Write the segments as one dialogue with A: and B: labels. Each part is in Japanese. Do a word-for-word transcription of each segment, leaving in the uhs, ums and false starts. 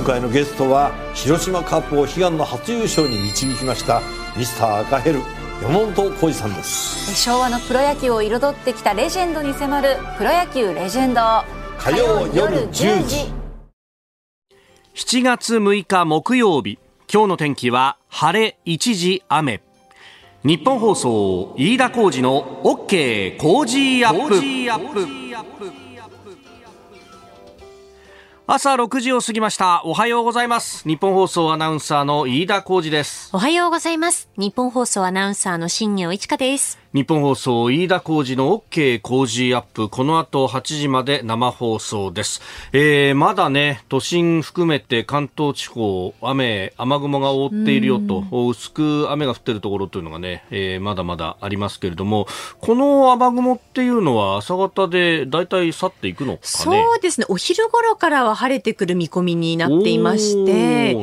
A: 回のゲストは広島カップを悲願の初優勝に導きましたミスター赤ヘル山本浩二さんです。
B: 昭和のプロ野球を彩ってきたレジェンドに迫るプロ野球レジェンド、
A: 火曜夜じゅうじ。
C: しちがつむいか木曜日、今日の天気は晴れ一時雨。日本放送飯田浩司の OK 工事アップ。朝ろくじを過ぎました。おはようございます。日本放送アナウンサーの飯田浩司です。
D: おはようございます。日本放送アナウンサーの新業一華です。
C: 日本放送飯田浩司の OK 工事アップ、この後はちじまで生放送です。えー、まだね、都心含めて関東地方雨雨雲が覆っているよと、薄く雨が降っているところというのがね、えー、まだまだありますけれども、この雨雲っていうのは朝方でだいたい去っていくのかね。
D: そうですね、お昼頃からは晴れてくる見込みになっていまして、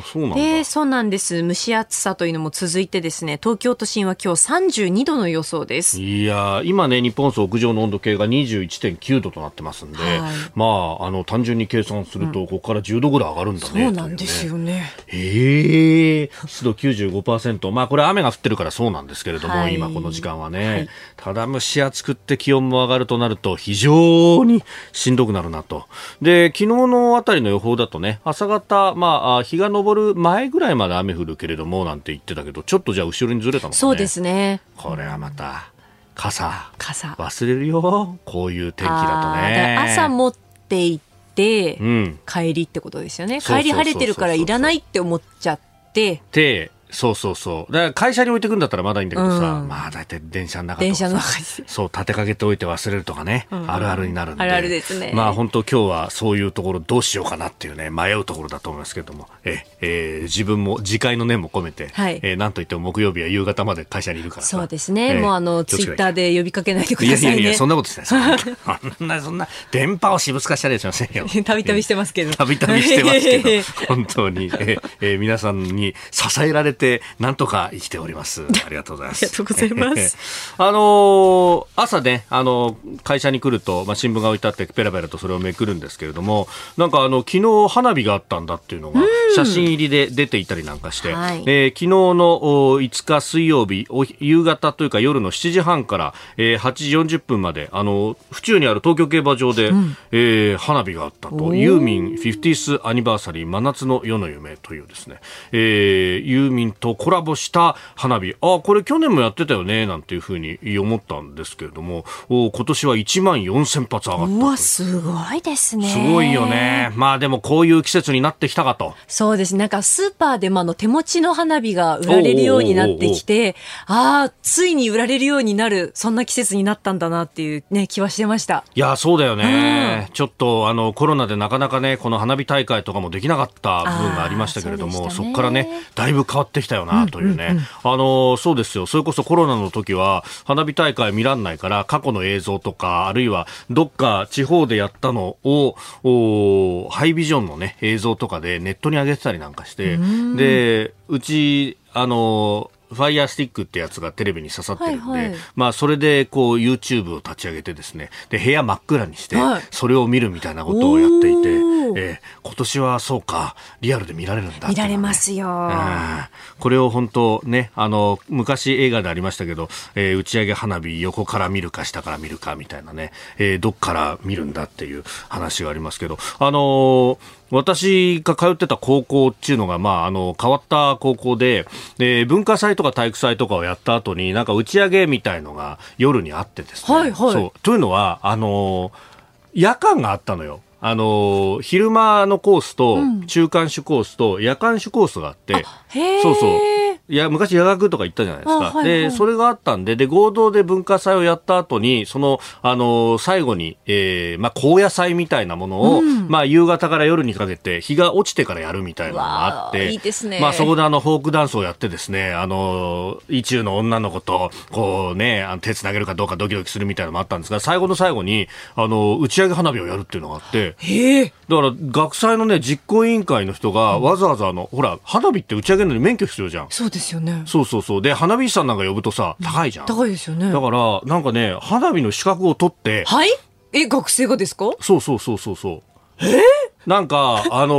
C: そうなんだ。
D: で、そうなんです。蒸し暑さというのも続いてですね、東京都心は今日さんじゅうにどの予想です。
C: いや今ね、日本放送屋上の温度計が にじゅういってんきゅうどとなってますんで、はい、まあ、あの単純に計算すると、うん、ここからじゅうどぐらい上がるんだね。
D: そうなんですよね。
C: えー、湿度 きゅうじゅうごパーセント、まあこれ雨が降ってるからそうなんですけれども、はい、今この時間はね、はい、ただ蒸し暑くって気温も上がるとなると非常にしんどくなるなと。で、昨日のあたりの予報だとね、朝方、まあ日が昇る前ぐらいまで雨降るけれどもなんて言ってたけど、ちょっとじゃあ後ろにずれたのかね。
D: そうですね。
C: これはまた傘
D: 傘
C: 忘れるよ、こういう天気だとね。
D: だ朝持って行って、
C: うん、
D: 帰りってことですよね。帰り晴れてるからいらないって思っちゃって
C: で、そうそうそう。だから会社に置いてくんだったらまだいいんだけどさ、
D: うん、
C: まあだいたい電車の中とかさ、
D: 電車の中
C: そう立てかけておいて忘れるとかね、うん、あるあるになるんで、
D: あるあるですね。
C: まあ本当今日はそういうところどうしようかなっていうね、迷うところだと思いますけども、え、えー、自分も自戒の念も込めて、はい、えー、なんといっても木曜日は夕方まで会社にいるからさ。
D: そうですね。えー、もうあのツイッターで呼びかけないでくださいね。
C: いやいやいや、そんなことしてない。そんなそんな電波を私物化したりはしませんよ。
D: たびたびしてますけど。
C: たびたびしてますけど、本当に、えーえー、皆さんに支えられてなんとか生きております。ありがとうございます。
D: ありがとうございます。
C: あのー、朝ね、あの会社に来ると、まあ、新聞が置いてあってペラペラとそれをめくるんですけれども、なんかあの昨日花火があったんだっていうのが写真入りで出ていたりなんかして、はい、えー、昨日のいつか水曜日夕方というか夜のしちじはんから、えー、はちじよんじゅっぷんまで、あの府中にある東京競馬場で、うん、えー、花火があったと。ユーミン フィフティース アニバーサリー真夏の夜の夢というですね、えー、ユーミンとコラボした花火、あ、これ去年もやってたよねなんていうふうに思ったんですけれども、今年はいちまんよんせんぱつ上がったと。
D: うわ、すごいですね。
C: すごいよね。まあでもこういう季節になってきたかと。
D: そうですね。なんかスーパーでもあの手持ちの花火が売られるようになってきて、ああ、ついに売られるようになる、そんな季節になったんだなっていうね、気はしてました。
C: いや、そうだよね、うん、ちょっとあのコロナでなかなかね、この花火大会とかもできなかった部分がありましたけれども、 そ, そこからねだいぶ変わってきたよなというね、うんうんうん、あのそうですよ。それこそコロナの時は花火大会見らんないから過去の映像とか、あるいはどっか地方でやったのをハイビジョンのね映像とかでネットに上げてたりなんかして、でうちあのファイヤースティックってやつがテレビに刺さってるんで、はいはい、まあそれでこう YouTube を立ち上げてですね、で部屋真っ暗にしてそれを見るみたいなことをやっていて、えー、今年はそうか、リアルで見られるんだっていうの、ね、
D: 見られますよ、
C: うん、これを本当ね、あの昔映画でありましたけど、えー、打ち上げ花火横から見るか下から見るかみたいなね、えー、どっから見るんだっていう話がありますけど、あのー私が通ってた高校っていうのが、まあ、あの変わった高校で、で文化祭とか体育祭とかをやった後になんか打ち上げみたいのが夜にあってですね、
D: はいはい、
C: そうというのはあの夜間があったのよ。あの昼間のコースと中間種コースと夜間種コースがあって、うん、そうそう、いや昔夜学とか行ったじゃないですか、はいはい、でそれがあったんで、で合同で文化祭をやった後にその、あの最後に、えーまあ、高野祭みたいなものを、うん、まあ、夕方から夜にかけて日が落ちてからやるみたいなのがあって、
D: いいですね。
C: まあ、そこであのフォークダンスをやってですね、あの意中の女の子とこう、ね、あの手つなげるかどうかドキドキするみたいなのもあったんですが、最後の最後にあの打ち上げ花火をやるっていうのがあって、
D: へー、
C: だから学祭の、ね、実行委員会の人がわざわざあの、うん、ほら花火って打ち上げるのに免許必要じゃん。
D: そうですよね。
C: そうそうそう。で花火師さんなんか呼ぶとさ高いじゃん。
D: 高いですよね。
C: だからなんかね、花火の資格を取って。
D: はい、え学生がですか。
C: そうそうそうそうそう。
D: えー、
C: なんかあの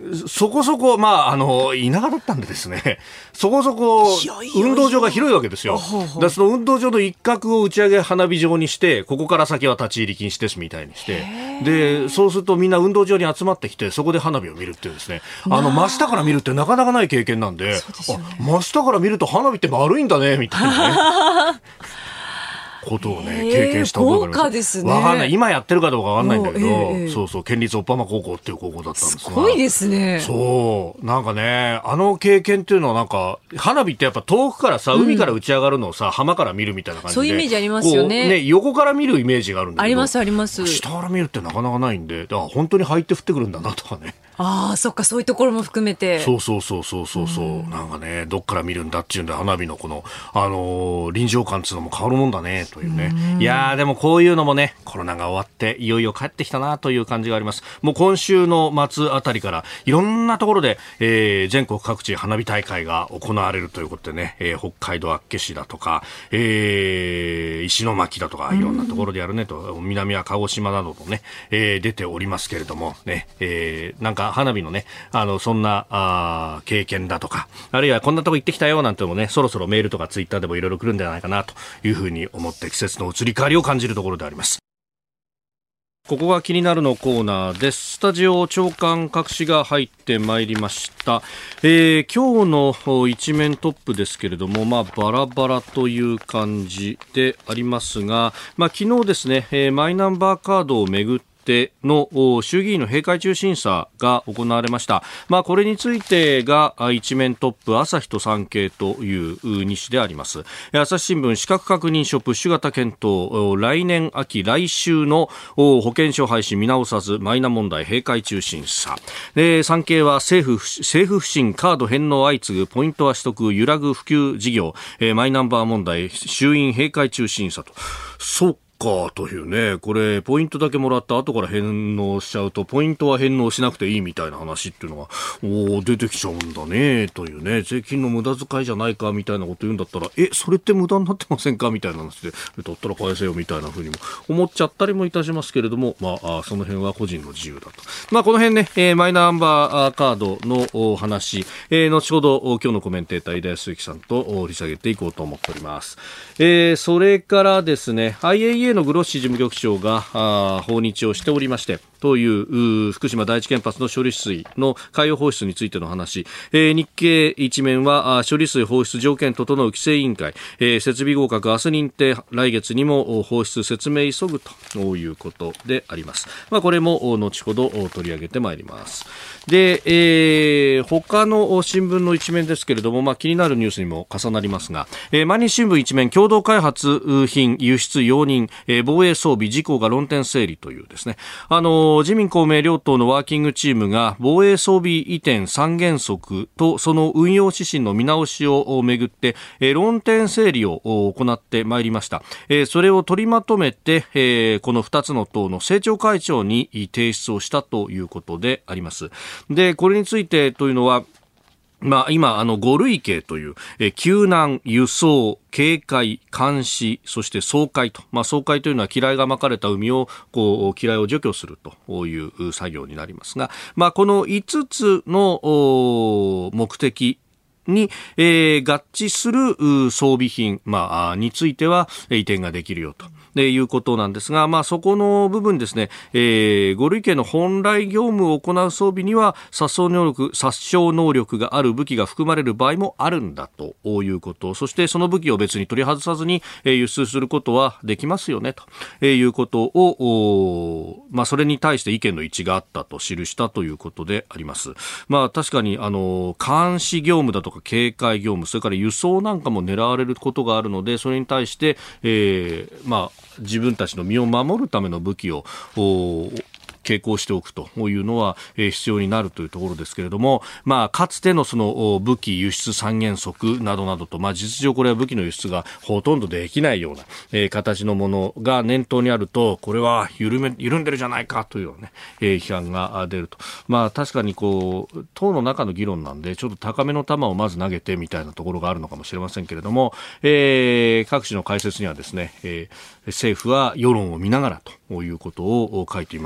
C: そこそこ、まあ、あの、田舎だったんでですね、そこそこ、運動場が広いわけですよ。だからその運動場の一角を打ち上げ花火場にして、ここから先は立ち入り禁止ですみたいにして、で、そうするとみんな運動場に集まってきて、そこで花火を見るっていうですね、あの、真下から見るってなかなかない経験なんで、あ、真下から見ると花火って丸いんだね、みたいなね。ことをね、経験した覚えがあります。
D: 豪華ですね。
C: わかんない。今やってるかどうかわかんないんだけど、
D: えー、
C: そうそう、県立オッパマ高校っていう高校だったんですが。
D: すごいですね。
C: そう。なんかね、あの経験っていうのはなんか、花火ってやっぱ遠くからさ、うん、海から打ち上がるのをさ、浜から見るみたいな感じで。
D: そういうイメージありますよね。
C: ね、横から見るイメージがあるんだけど。
D: ありますあります。
C: 下から見るってなかなかないんで、だから本当に入って降ってくるんだなとかね。
D: ああ、そっか、そういうところも含めて。
C: そうそうそうそうそうそう、うん、なんかね、どっから見るんだっていうんで、花火のこの、あのー、臨場感っていうのも変わるもんだね、というね。うん、いやー、でもこういうのもね、コロナが終わって、いよいよ帰ってきたなという感じがあります。もう今週の末あたりから、いろんなところで、えー、全国各地花火大会が行われるということでね、えー、北海道厚岸だとか、えー、石巻だとか、いろんなところでやるねと、うん、南は鹿児島などとね、えー、出ておりますけれども、ね、えー、なんか花火のね、あの、そんな、あ経験だとか、あるいはこんなとこ行ってきたよなんてのもね、そろそろメールとかツイッターでもいろいろ来るんじゃないかなというふうに思って、季節の移り変わりを感じるところであります。ここが気になるのコーナーです。スタジオ長官各紙が入ってまいりました。えー、今日の一面トップですけれども、まあ、バラバラという感じでありますが、まあ、昨日ですね、えー、マイナンバーカードをめぐっての衆議院の閉会中審査が行われました。まあ、これについてが一面トップ、朝日と産経というに紙であります。朝日新聞、資格確認書プッシュ型検討、来年秋来週の保険証廃止見直さずマイナ問題閉会中審査。で、産経は政府政府不信カード返納相次ぐポイントは取得揺らぐ普及事業、マイナンバー問題衆院閉会中審査と。そうかというね、これポイントだけもらった後から返納しちゃうとポイントは返納しなくていいみたいな話っていうのがお出てきちゃうんだねというね、税金の無駄遣いじゃないかみたいなこと言うんだったら、えそれって無駄になってませんかみたいな話で、だったら返せよみたいな風にも思っちゃったりもいたしますけれども、まあその辺は個人の自由だと。まあこの辺ね、えー、マイナンバーカードのお話、えー、後ほど今日のコメンテーター井田康之さんと掘り下げていこうと思っております。えー、それからですね、 アイエーイーエー のグロッシ事務局長が訪日をしておりまして、という福島第一原発の処理水の海洋放出についての話、えー、日経一面は処理水放出条件整う規制委員会、えー、設備合格明日認定、来月にも放出説明急ぐということであります。まあ、これも後ほど取り上げてまいります。で、えー、他の新聞の一面ですけれども、まあ、気になるニュースにも重なりますが、えー、毎日新聞一面、共同開発品輸出容認、えー、防衛装備事項が論点整理というですね、あのー、自民公明両党のワーキングチームが防衛装備移転三原則とその運用指針の見直しをめぐって、えー、論点整理を行ってまいりました。えー、それを取りまとめて、えー、このふたつの党の政調会長に提出をしたということであります。で、これについてというのは、まあ、今、あの、ご類型という、え、救難、輸送、警戒、監視、そして掃海と。まあ、掃海というのは、機雷が巻かれた海を、こう、機雷を除去するという作業になりますが、まあ、このいつつの目的に、えー、合致する装備品、まあ、については移転ができるよと。でいうことなんですが、まあ、そこの部分ですね、えー、ご類型の本来業務を行う装備には殺傷能力、殺傷能力がある武器が含まれる場合もあるんだということ、そしてその武器を別に取り外さずに、えー、輸出することはできますよねということを、まあ、それに対して意見の一致があったと記したということであります。まあ、確かにあの監視業務だとか警戒業務、それから輸送なんかも狙われることがあるので、それに対して、えー、まあ自分たちの身を守るための武器を携行しておくというのは必要になるというところですけれども、まあ、かつてのその武器輸出三原則などなどと、まあ、実情これは武器の輸出がほとんどできないような、えー、形のものが念頭にあると、これは緩め、緩んでるじゃないかというような、ねえー、批判が出ると。まあ、確かにこう党の中の議論なんで、ちょっと高めの球をまず投げてみたいなところがあるのかもしれませんけれども、えー、各紙の解説にはですね、えー、政府は世論を見ながらということを書いていますので、まあ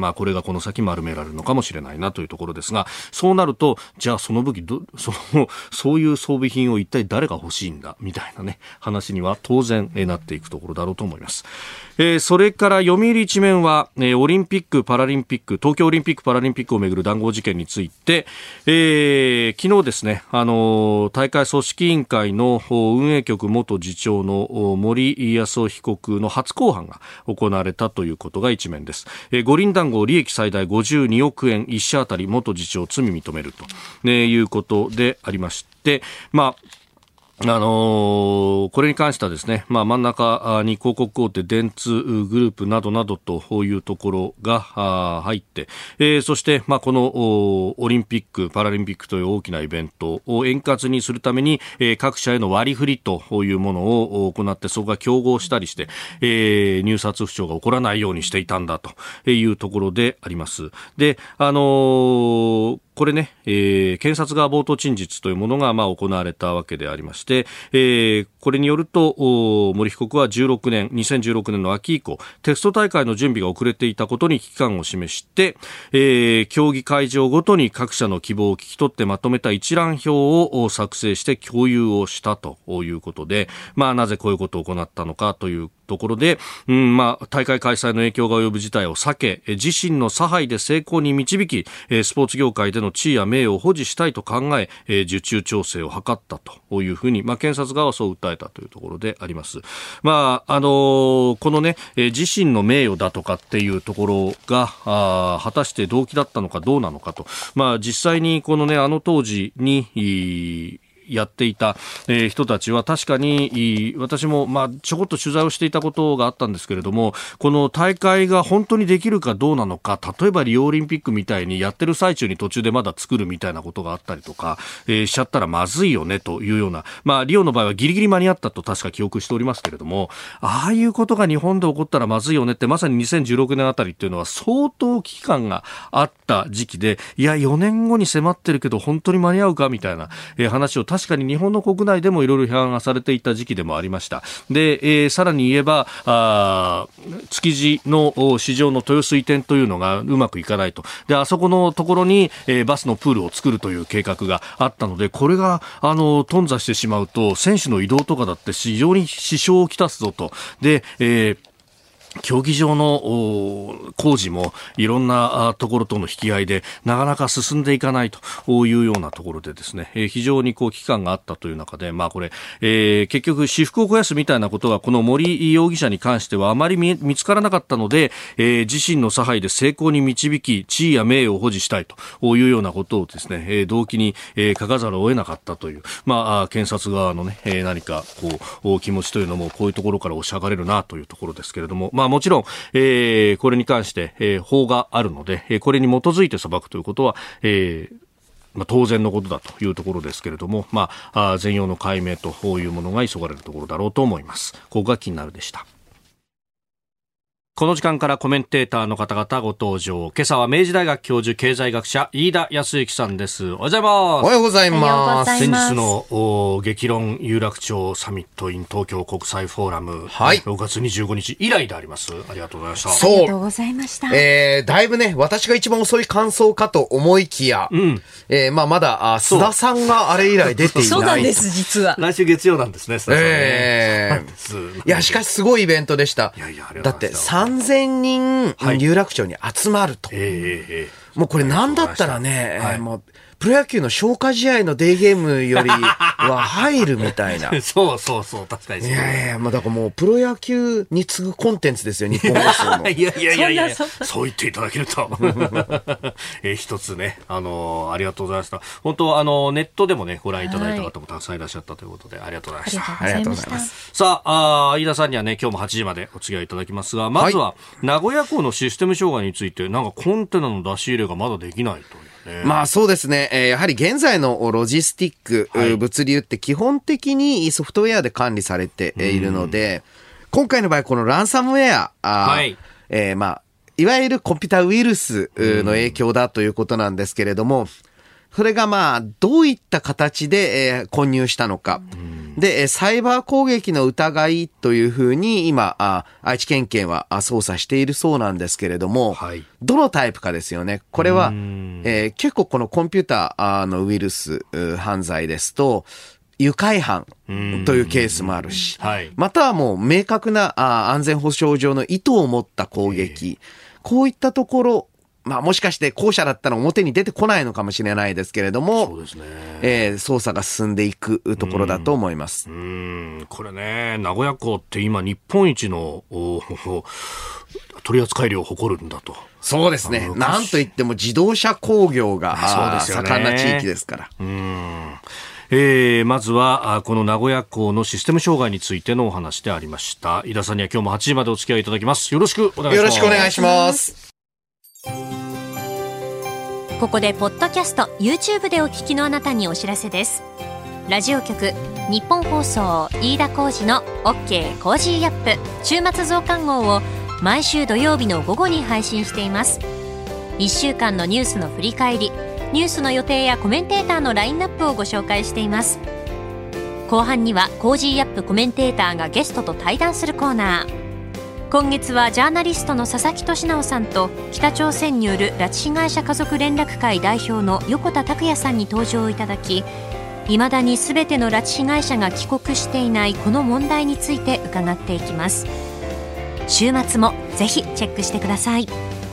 C: まあ、これがこの先丸められるのかもしれないなというところですが、そうなるとじゃあその武器どそのそういう装備品を一体誰が欲しいんだみたいなね話には当然なっていくところだろうと思います。えー、それから読売一面は、えー、オリンピックパラリンピック東京オリンピックパラリンピックをめぐる談合事件について、えー、昨日ですね、あのー、大会組織委員会の運営局元次長の森康夫被告の初公判が行われたということが一面です。えー、五輪談合利益最大ごじゅうにおくえん、一社あたり元次長罪認めると、ね、いうことでありまして、まああのー、これに関してはですね、まあ、真ん中に広告大手電通グループなどなどというところが入って、えー、そして、まあ、このオリンピックパラリンピックという大きなイベントを円滑にするために、えー、各社への割り振りというものを行って、そこが競合したりして、えー、入札不調が起こらないようにしていたんだというところであります。で、あのーこれね、えー、検察側冒頭陳述というものが、まあ、行われたわけでありまして、えー、これによると森被告はじゅうろくねんにせんじゅうろくねんの秋以降テスト大会の準備が遅れていたことに危機感を示して、えー、競技会場ごとに各社の希望を聞き取ってまとめた一覧表を作成して共有をしたということで、まあ、なぜこういうことを行ったのかというところで、うんまあ、大会開催の影響が及ぶ事態を避け自身の差配で成功に導きスポーツ業界での地位や名誉を保持したいと考え受注調整を図ったというふうに、まあ、検察側はそう訴えたというところであります。まああのー、このね自身の名誉だとかっていうところがあ果たして動機だったのかどうなのかと、まあ、実際にこのねあの当時にやっていた、えー、人たちは確かに私も、まあ、ちょこっと取材をしていたことがあったんですけれども、この大会が本当にできるかどうなのか、例えばリオオリンピックみたいにやってる最中に途中でまだ作るみたいなことがあったりとか、えー、しちゃったらまずいよねというような、まあ、リオの場合はギリギリ間に合ったと確か記憶しておりますけれども、ああいうことが日本で起こったらまずいよねって、まさににせんじゅうろくねんあたりっていうのは相当危機感があった時期で、いやよねんごに迫ってるけど本当に間に合うかみたいな、えー、話を確かに日本の国内でもいろいろ批判がされていた時期でもありました。で、えー、さらに言えばあ築地の市場の豊洲移転というのがうまくいかないと。で、あそこのところに、えー、バスのプールを作るという計画があったので、これがあの頓挫してしまうと選手の移動とかだって非常に支障をきたすぞと。で、えー競技場の工事もいろんなところとの引き合いでなかなか進んでいかないというようなところでですね、非常にこう危機感があったという中で、まあこれ、えー、結局私腹を肥やすみたいなことがこの森容疑者に関してはあまり 見, 見つからなかったので、えー、自身の差配で成功に導き地位や名誉を保持したいというようなことをですね、えー、動機に、えー、書かざるを得なかったという、まあ検察側のね、えー、何かこう気持ちというのもこういうところから押し上がれるなというところですけれども、まあまあ、もちろん、えー、これに関して、えー、法があるので、えー、これに基づいて裁くということは、えーまあ、当然のことだというところですけれども、まあ、あ全容の解明というものが急がれるところだろうと思います。ここが気になるでした。この時間からコメンテーターの方々ご登場。今朝は明治大学教授経済学者飯田康之さんです。おはようございます。
E: おはようございます。
C: 先日の激論有楽町サミット in 東京国際フォーラム、はい、ろくがつにじゅうごにち以来であります。ありがとうございました。
E: そう、
B: ありがとうございました。
E: えー、だいぶね、私が一番遅い感想かと思いきや、うんえー、まあまだ須田さんがあれ以来出ていない。
D: そうなんです、実は。
C: 来週月曜なんですね、須田さんね。
E: えー、いや、しかしすごいイベントでした。いやいや、ありがとうございました。だってさんぜんにん有楽町に集まると、はいえー、もうこれなんだったらね、はい、もうプロ野球の消化試合のデーゲームよりは入るみたいな
C: そうそうそう確かにそう。
E: いやいや、まあ、だからもうプロ野球に次ぐコンテンツですよ、日本放送の。
C: いやいやいやいやそう言っていただけるとえー、一つね、あのー、ありがとうございました。本当あのー、ネットでもねご覧いただいた方もたくさんいらっしゃったということで、ありがとうございました。
B: ありがとうございます。
C: さあ、あ飯田さんにはね今日もはちじまでお付き合いいただきますが、まずは、はい、名古屋港のシステム障害について、なんかコンテナの出し入れがまだできないという。
E: まあそうですね、えー、やはり現在のロジスティック、はい、物流って基本的にソフトウェアで管理されているので、今回の場合このランサムウェア、あ、はいえー、まあいわゆるコンピューターウイルスの影響だということなんですけれども、それがまあどういった形で、えー、混入したのか。 で、サイバー攻撃の疑いというふうに今、あ愛知県警は捜査しているそうなんですけれども、はい、どのタイプかですよね。これは、えー、結構このコンピューターのウイルス犯罪ですと、愉快犯というケースもあるし、はい、またはもう明確なあ安全保障上の意図を持った攻撃、こういったところ、まあもしかして後者だったら表に出てこないのかもしれないですけれども、そうですね、えー、捜査が進んでいくところだと思います。
C: うーん、これね、名古屋港って今日本一の取扱量を誇るんだと。
E: そうですね。なんといっても自動車工業が、そうですよね、盛んな地域ですから。
C: うーん、えー、まずはこの名古屋港のシステム障害についてのお話でありました。井田さんには今日もはちじまでお付き合いいただきます。よろしくお願いします。
E: よろしくお願いします。
F: ここでポッドキャスト YouTube でお聞きのあなたにお知らせです。ラジオ局日本放送飯田浩司の OK コージーアップ週末増刊号を毎週土曜日の午後に配信しています。いっしゅうかんのニュースの振り返り、ニュースの予定やコメンテーターのラインナップをご紹介しています。後半にはコージーアップコメンテーターがゲストと対談するコーナー。今月はジャーナリストの佐々木俊直さんと北朝鮮による拉致被害者家族連絡会代表の横田拓也さんに登場いただき、未だに全ての拉致被害者が帰国していないこの問題について伺っていきます。週末もぜひチェックしてください。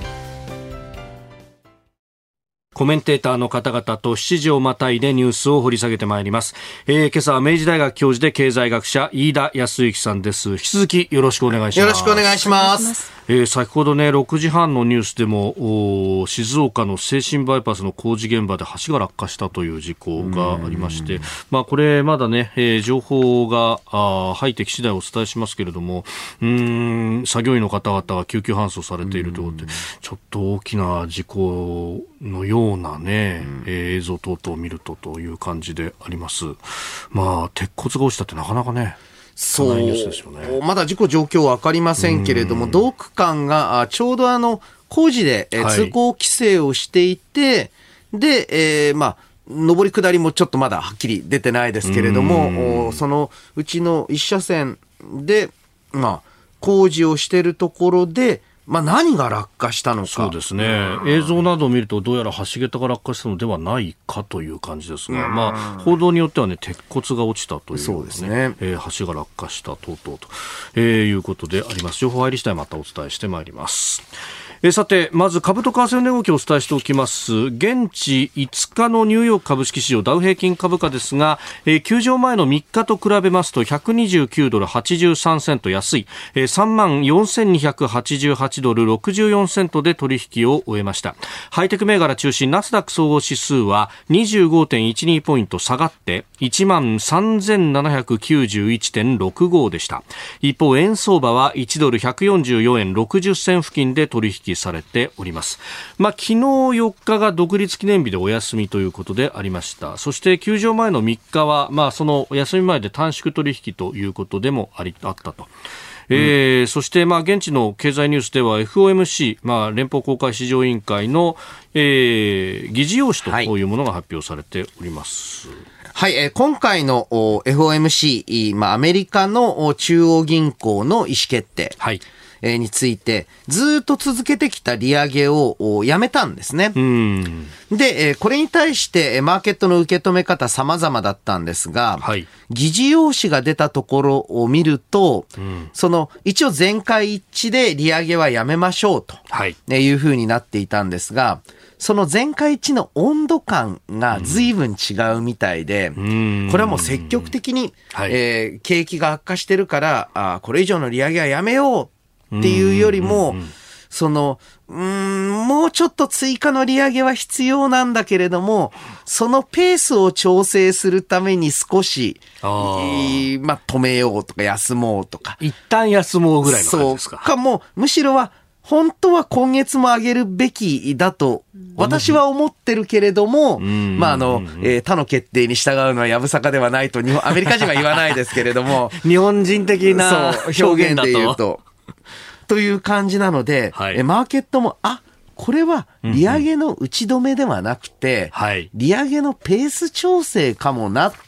C: コメンテーターの方々としちじをまたいでニュースを掘り下げてまいります。えー、今朝は明治大学教授で経済学者飯田康之さんです。引き続きよろしくお願いします。
E: よろしくお願いします。
C: えー、先ほどねろくじはんのニュースでも静岡の静清バイパスの工事現場で橋が落下したという事故がありまして、まあ、これまだね、えー、情報があ入ってき次第お伝えしますけれども、うーん作業員の方々が救急搬送されているということで、ちょっと大きな事故のようなね、えー、映像等々を見るとという感じであります。まあ鉄骨が落ちたってなかなかね、
E: そう、まだ事故状況は分かりませんけれども、同区間がちょうどあの工事で通行規制をしていて、はい、で、えー、まあ上り下りもちょっとまだはっきり出てないですけれども、そのうちの一車線で、まあ、工事をしているところで、まあ、何が落下したのか。
C: そうですね。映像などを見るとどうやら橋桁が落下したのではないかという感じですが、まあ、報道によってはね鉄骨が落ちたという、ね、
E: そうですね、
C: えー、橋が落下した等々と、えー、いうことであります。情報入り次第またお伝えしてまいります。えー、さてまず株と為替の値動きをお伝えしておきます。現地いつかのニューヨーク株式市場ダウ平均株価ですが、えー、休場前のみっかと比べますとひゃくにじゅうきゅうドルはちじゅうさんセント安い、えー、さんまんよんせんにひゃくはちじゅうはちドルろくじゅうよんセントで取引を終えました。ハイテク銘柄中心ナスダック総合指数は にじゅうごてんいちに ポイント下がっていちまんさんぜんななひゃくきゅうじゅういちてんろくごでした。一方円相場はいちドルひゃくよんじゅうよんえんろくじゅっせん付近で取引されております。まあ、昨日よっかが独立記念日でお休みということでありました。そして休場前のみっかは、まあ、その休み前で短縮取引ということでもありあったと。えー、そして、まあ、現地の経済ニュースでは エフオーエムシー、まあ、連邦公開市場委員会の、えー、議事要旨というものが発表されております。
E: はい、はい、えー、今回の エフオーエムシー、まあ、アメリカの中央銀行の意思決定、はい、えー、についてずっと続けてきた利上げをやめたんですね。うんで、えー、これに対してマーケットの受け止め方様々だったんですが、はい、議事要旨が出たところを見ると、うん、その一応全会一致で利上げはやめましょうと、はい、いうふうになっていたんですが、その全会一致の温度感が随分違うみたいで、うん、これはもう積極的に、はい、えー、景気が悪化してるからあこれ以上の利上げはやめようっていうよりも、うんうんうん、そのうーんもうちょっと追加の利上げは必要なんだけれども、そのペースを調整するために少しあ、えー、まあ、止めようとか休もうとか、
C: 一旦休もうぐらいの感じですか。
E: そうか、もうむしろは本当は今月も上げるべきだと私は思ってるけれども、うん、まああの、えー、他の決定に従うのはやぶさかではないと日本アメリカ人は言わないですけれども
C: 日本人的な表現だと、そう表現で言うと
E: という感じなので、はい、えマーケットもあこれは利上げの打ち止めではなくて、うんうん、利上げのペース調整かもなっ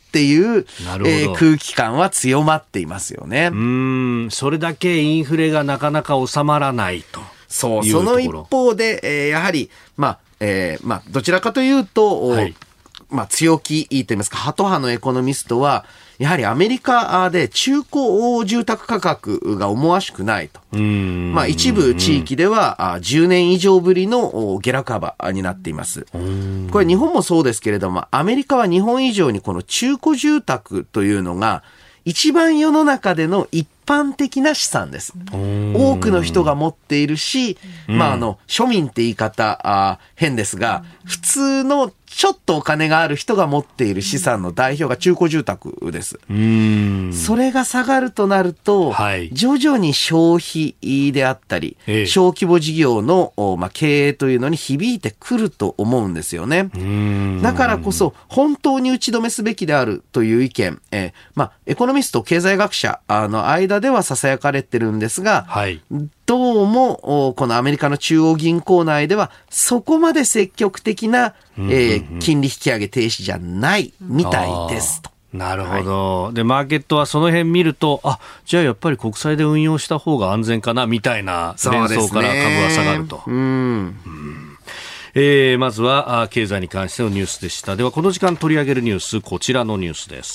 E: っていう、えー、空気感は強まっていますよね。
C: うーん、それだけインフレがなかなか収まらないと。
E: そう、その一方で、えー、やはり、まあ、えー、まあ、どちらかというと、はい、まあ、強気と言いますか、ハト派のエコノミストは、やはりアメリカで中古住宅価格が思わしくないと。まあ、一部地域ではじゅうねん以上ぶりの下落幅になっています。これ日本もそうですけれども、アメリカは日本以上にこの中古住宅というのが一番世の中での一般的な資産です。多くの人が持っているし、まあ、あの、庶民って言い方、あ変ですが、普通のちょっとお金がある人が持っている資産の代表が中古住宅です。うーん、それが下がるとなると、はい、徐々に消費であったり、ええ、小規模事業の、まあ、経営というのに響いてくると思うんですよね。うーん、だからこそ本当に打ち止めすべきであるという意見、えまあ、エコノミスト経済学者の間では囁かれてるんですが、はい、どうもこのアメリカの中央銀行内ではそこまで積極的な、えー、金利引き上げ停止じゃないみたいですと。
C: なるほど、はい、でマーケットはその辺見ると、あ、じゃあやっぱり国債で運用した方が安全かなみたいな連想から株は下がると。う、ね、うん、うん、えー、まずは経済に関してのニュースでした。ではこの時間取り上げるニュース、こちらのニュースです。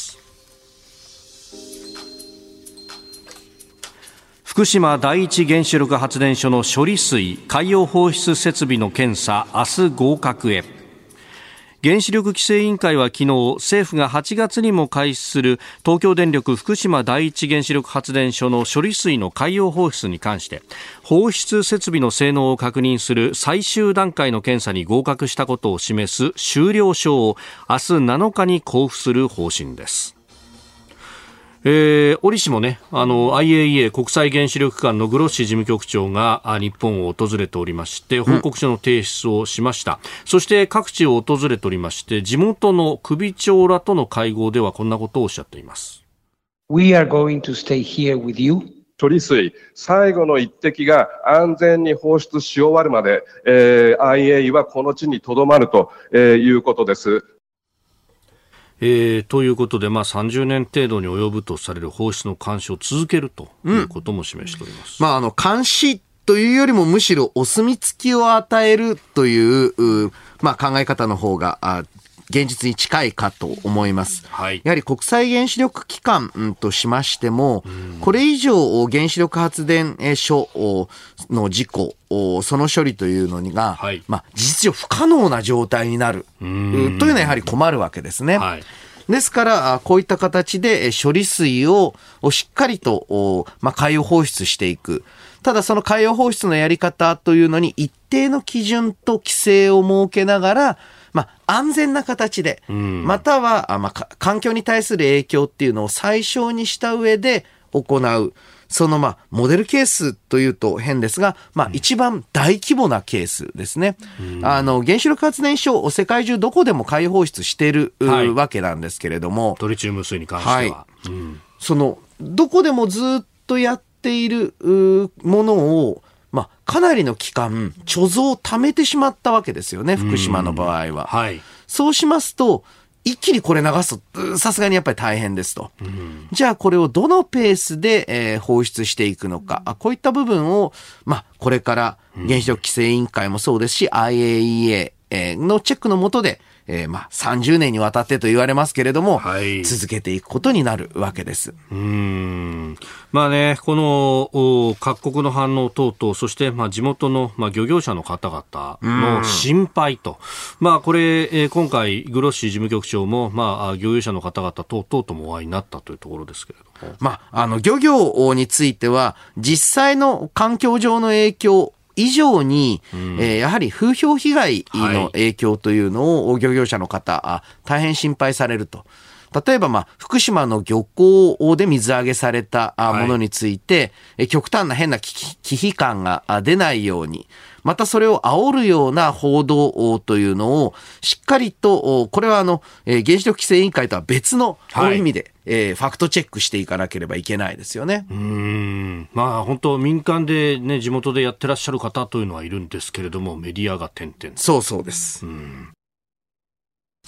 C: 福島第一原子力発電所の処理水海洋放出設備の検査、明日合格へ。原子力規制委員会は昨日、政府がはちがつにも開始する東京電力福島第一原子力発電所の処理水の海洋放出に関して、放出設備の性能を確認する最終段階の検査に合格したことを示す終了証を明日なのかに交付する方針です。えー、折しもね、あの アイエーイーエー 国際原子力機関のグロッシ事務局長が日本を訪れておりまして、報告書の提出をしました。うん、そして各地を訪れておりまして、地元の首長らとの会合ではこんなことをおっしゃっています。
G: We are going to stay here with you.
H: 処理水最後の一滴が安全に放出し終わるまで、えー、アイエーイー はこの地に留まると、えー、いうことです。
C: えー、ということで、まあ、さんじゅうねん程度に及ぶとされる放出の監視を続けるということも示しております。
E: うん、まあ、あの監視というよりもむしろお墨付きを与えるという、まあ、考え方の方があ現実に近いかと思います。はい、やはり国際原子力機関としましても、これ以上原子力発電所の事故、その処理というのが、はい、まあ、事実上不可能な状態になるというのはやはり困るわけですね。はい、ですからこういった形で処理水をしっかりと、まあ、海洋放出していく。ただその海洋放出のやり方というのに一定の基準と規制を設けながら、まあ、安全な形で、または、まあ、環境に対する影響っていうのを最小にした上で行う。その、まあ、モデルケースというと変ですが、まあ、一番大規模なケースですね。あの、原子力発電所を世界中どこでも海洋放出している、はい、わけなんですけれども。
C: トリチウム水に関しては。はい、うん、
E: その、どこでもずっとやっているものを、まあ、かなりの期間、貯蔵を貯めてしまったわけですよね、福島の場合は。はい、そうしますと、一気にこれ流すと、さすがにやっぱり大変ですと。うん、じゃあこれをどのペースで、えー、放出していくのか、あ、こういった部分を、まあ、これから原子力規制委員会もそうですし、うん、アイエーイーエー のチェックの下で、えー、まあさんじゅうねんにわたってと言われますけれども、はい、続けていくことになるわけです。
C: うーん、まあね、この各国の反応等々、そしてまあ地元のまあ漁業者の方々の心配と、まあこれ、えー、今回グロッシ事務局長もまあ漁業者の方々等々ともお会いになったというところですけれども、
E: まああの漁業については実際の環境上の影響以上に、うん、えー、やはり風評被害の影響というのを漁業者の方、はい、大変心配されると。例えば、まあ、福島の漁港で水揚げされたものについて、はい、極端な変な忌避感が出ないように、またそれを煽るような報道というのをしっかりと、これはあの、原子力規制委員会とは別の意味で、はい、えー、ファクトチェックしていかなければいけないですよね。
C: うーん、まあ本当民間でね、地元でやってらっしゃる方というのはいるんですけれども、メディアが点々。
E: そうそうです。
C: うん、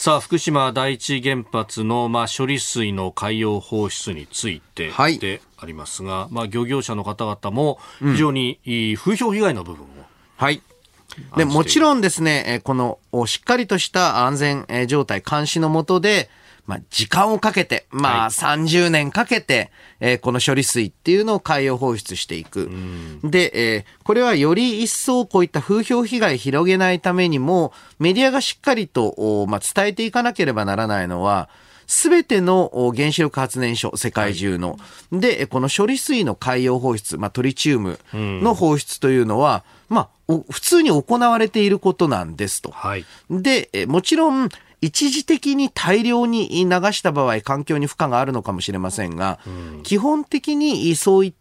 C: さあ、福島第一原発の、まあ、処理水の海洋放出についてでありますが、はい、まあ、漁業者の方々も非常にいい風評被害の部分を、うん、
E: はいでもちろんですね、このしっかりとした安全状態監視の下で、まあ、時間をかけて、まあ、さんじゅうねんかけて、はい、この処理水っていうのを海洋放出していく。で、これはより一層こういった風評被害を広げないためにも、メディアがしっかりと、まあ、伝えていかなければならないのは、すべての原子力発電所、世界中の。はい、で、この処理水の海洋放出、まあ、トリチウムの放出というのは、まあ、普通に行われていることなんですと。はい、で、もちろん、一時的に大量に流した場合、環境に負荷があるのかもしれませんが、うん、基本的にそういった、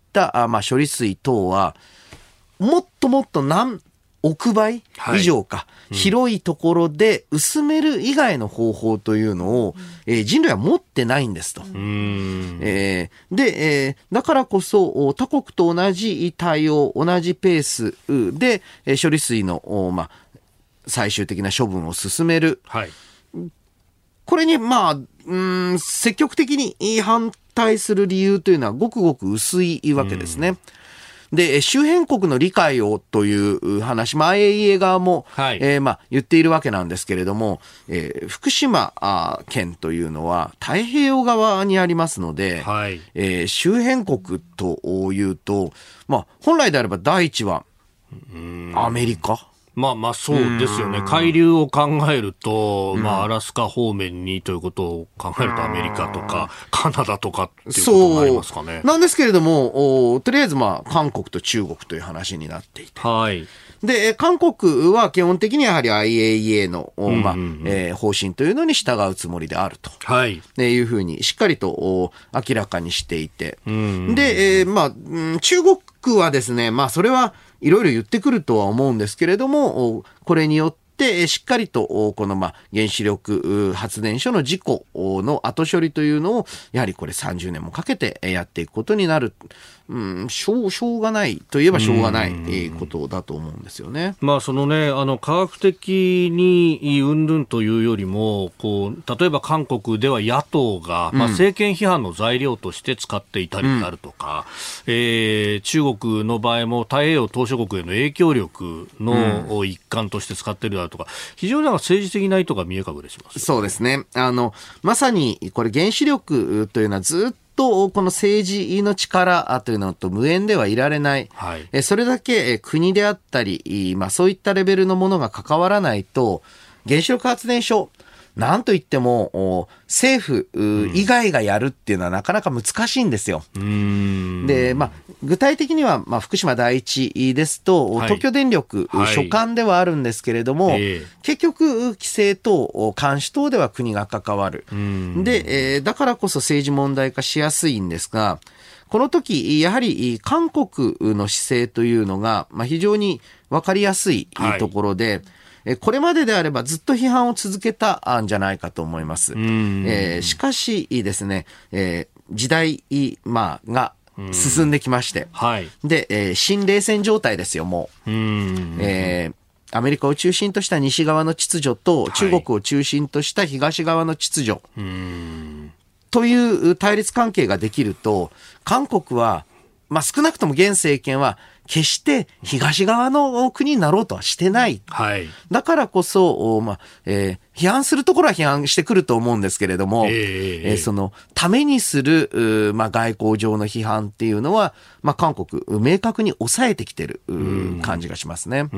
E: まあ、処理水等は、もっともっと何億倍以上か、はいうん、広いところで薄める以外の方法というのを、うんえー、人類は持ってないんですと。うんえー、で、えー、だからこそ他国と同じ対応、同じペースで処理水の、まあ、最終的な処分を進める。はい、これに、まあ、うん、積極的に反対する理由というのはごくごく薄いわけですね。うんで、周辺国の理解をという話、まあ、アイエーイーエー 側も、はいえーまあ、言っているわけなんですけれども、えー、福島県というのは太平洋側にありますので、はいえー、周辺国というと、まあ、本来であれば第一はアメリカ。
C: まあまあそうですよね。海流を考えると、まあアラスカ方面にということを考えるとアメリカとかカナダとかっていうことになりますかね。
E: なんですけれども、とりあえずまあ韓国と中国という話になっていて。はい。で、韓国は基本的にやはり アイエーイーエー の、まあえー、方針というのに従うつもりであると。はい。ね、いうふうにしっかりと明らかにしていて。で、えー、まあ、中国はですね、まあそれはいろいろ言ってくるとは思うんですけれども、これによってしっかりとこのまあ原子力発電所の事故の後処理というのをやはりこれさんじゅうねんもかけてやっていくことになる。うん、しょう、しょうがないといえばしょうがないことだと思うんですよね。
C: まあそのね、あの科学的に云々というよりも、こう例えば韓国では野党が、まあ、政権批判の材料として使っていたりであるとか、うんえー、中国の場合も太平洋島しょ国への影響力の一環として使っているであるとか、非常になんか政治的な意図が見え隠れします。
E: そうですね。あのまさにこれ原子力というのはずっととこの政治の力というのと無縁ではいられない、はい、それだけ国であったり、まあ、そういったレベルのものが関わらないと原子力発電所なんといっても政府以外がやるっていうのはなかなか難しいんですよ。うーんで、まあ、具体的には、まあ、福島第一ですと、はい、東京電力、はい、所管ではあるんですけれども、えー、結局規制等監視等では国が関わる。で、えー、だからこそ政治問題化しやすいんですが、この時やはり韓国の姿勢というのが、まあ、非常に分かりやすいところで、はいこれまでであればずっと批判を続けたんじゃないかと思います。えー、しかしですね、えー、時代、まあ、が進んできまして、はい、で、えー、新冷戦状態ですよ、もう。うんえー、アメリカを中心とした西側の秩序と中国を中心とした東側の秩序、はい、うんという対立関係ができると、韓国は、まあ、少なくとも現政権は決して東側の国になろうとはしてない。はい、だからこそ、まあえー、批判するところは批判してくると思うんですけれども、えーえー、そのためにする、まあ、外交上の批判っていうのは、まあ、韓国明確に抑えてきてる感じがしますね。
C: うん、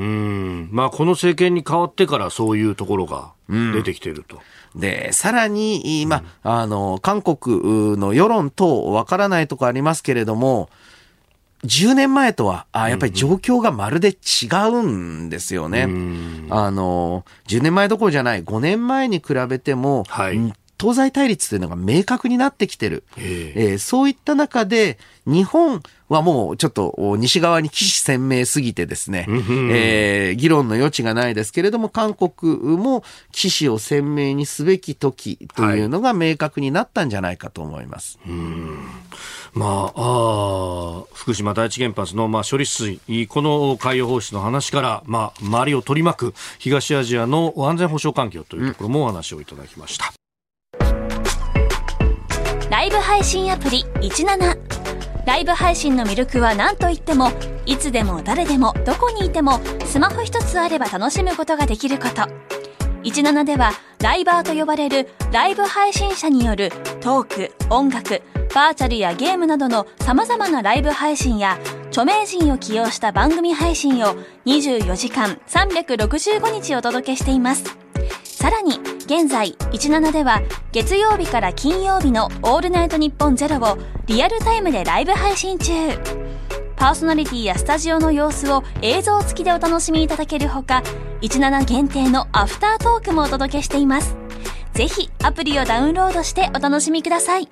C: まあ、この政権に変わってからそういうところが出てきてると。
E: うん、でさらに、まあ、あの韓国の世論等わからないところありますけれども、じゅうねんまえとはあやっぱり状況がまるで違うんですよね。うん、あのじゅうねんまえどころじゃないごねんまえに比べても、はい、 東西対立というのが明確になってきてる。えー、そういった中で、日本はもうちょっと西側に起死鮮明すぎてですね、えー、議論の余地がないですけれども、韓国も起死を鮮明にすべき時というのが明確になったんじゃないかと思います。
C: はい、うんまあ、あ福島第一原発の、まあ、処理水、この海洋放出の話から、まあ、周りを取り巻く東アジアの安全保障環境というところもお話をいただきました。
I: うん、ライブ配信アプリじゅうなな。ライブ配信の魅力は何といっても、いつでも誰でもどこにいてもスマホ一つあれば楽しむことができること。じゅうななではライバーと呼ばれるライブ配信者によるトーク、音楽、バーチャルやゲームなどの様々なライブ配信や著名人を起用した番組配信をにじゅうよじかんさんびゃくろくじゅうごにちお届けしています。さらに現在じゅうななでは月曜日から金曜日のオールナイトニッポンゼロをリアルタイムでライブ配信中。パーソナリティやスタジオの様子を映像付きでお楽しみいただけるほか、じゅうなな限定のアフタートークもお届けしています。ぜひアプリをダウンロードしてお楽しみください。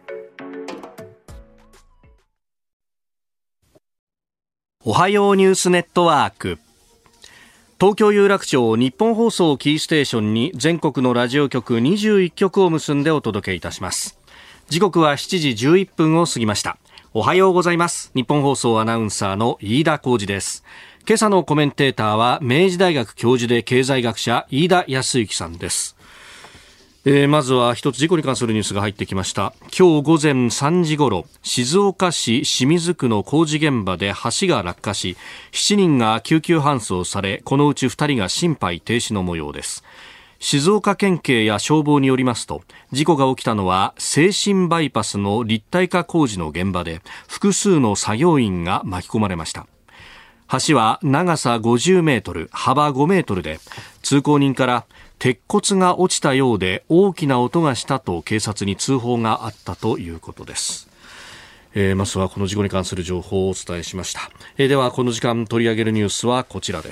C: おはようニュースネットワーク。東京有楽町日本放送キーステーションに全国のラジオ局にじゅういっきょくを結んでお届けいたします。時刻はしちじじゅういっぷんを過ぎました。おはようございます。日本放送アナウンサーの飯田浩司です。今朝のコメンテーターは明治大学教授で経済学者飯田康之さんです。えー、まずは一つ事故に関するニュースが入ってきました。今日午前さんじごろ、静岡市清水区の工事現場で橋が落下し、しちにんが救急搬送され、このうちふたりが心肺停止の模様です。静岡県警や消防によりますと、事故が起きたのは静清バイパスの立体化工事の現場で、複数の作業員が巻き込まれました。橋は長さごじゅうメートル、幅ごメートルで、通行人から鉄骨が落ちたようで大きな音がしたと警察に通報があったということです。えー、まずはこの事故に関する情報をお伝えしました。えー、ではこの時間取り上げるニュースはこちらです。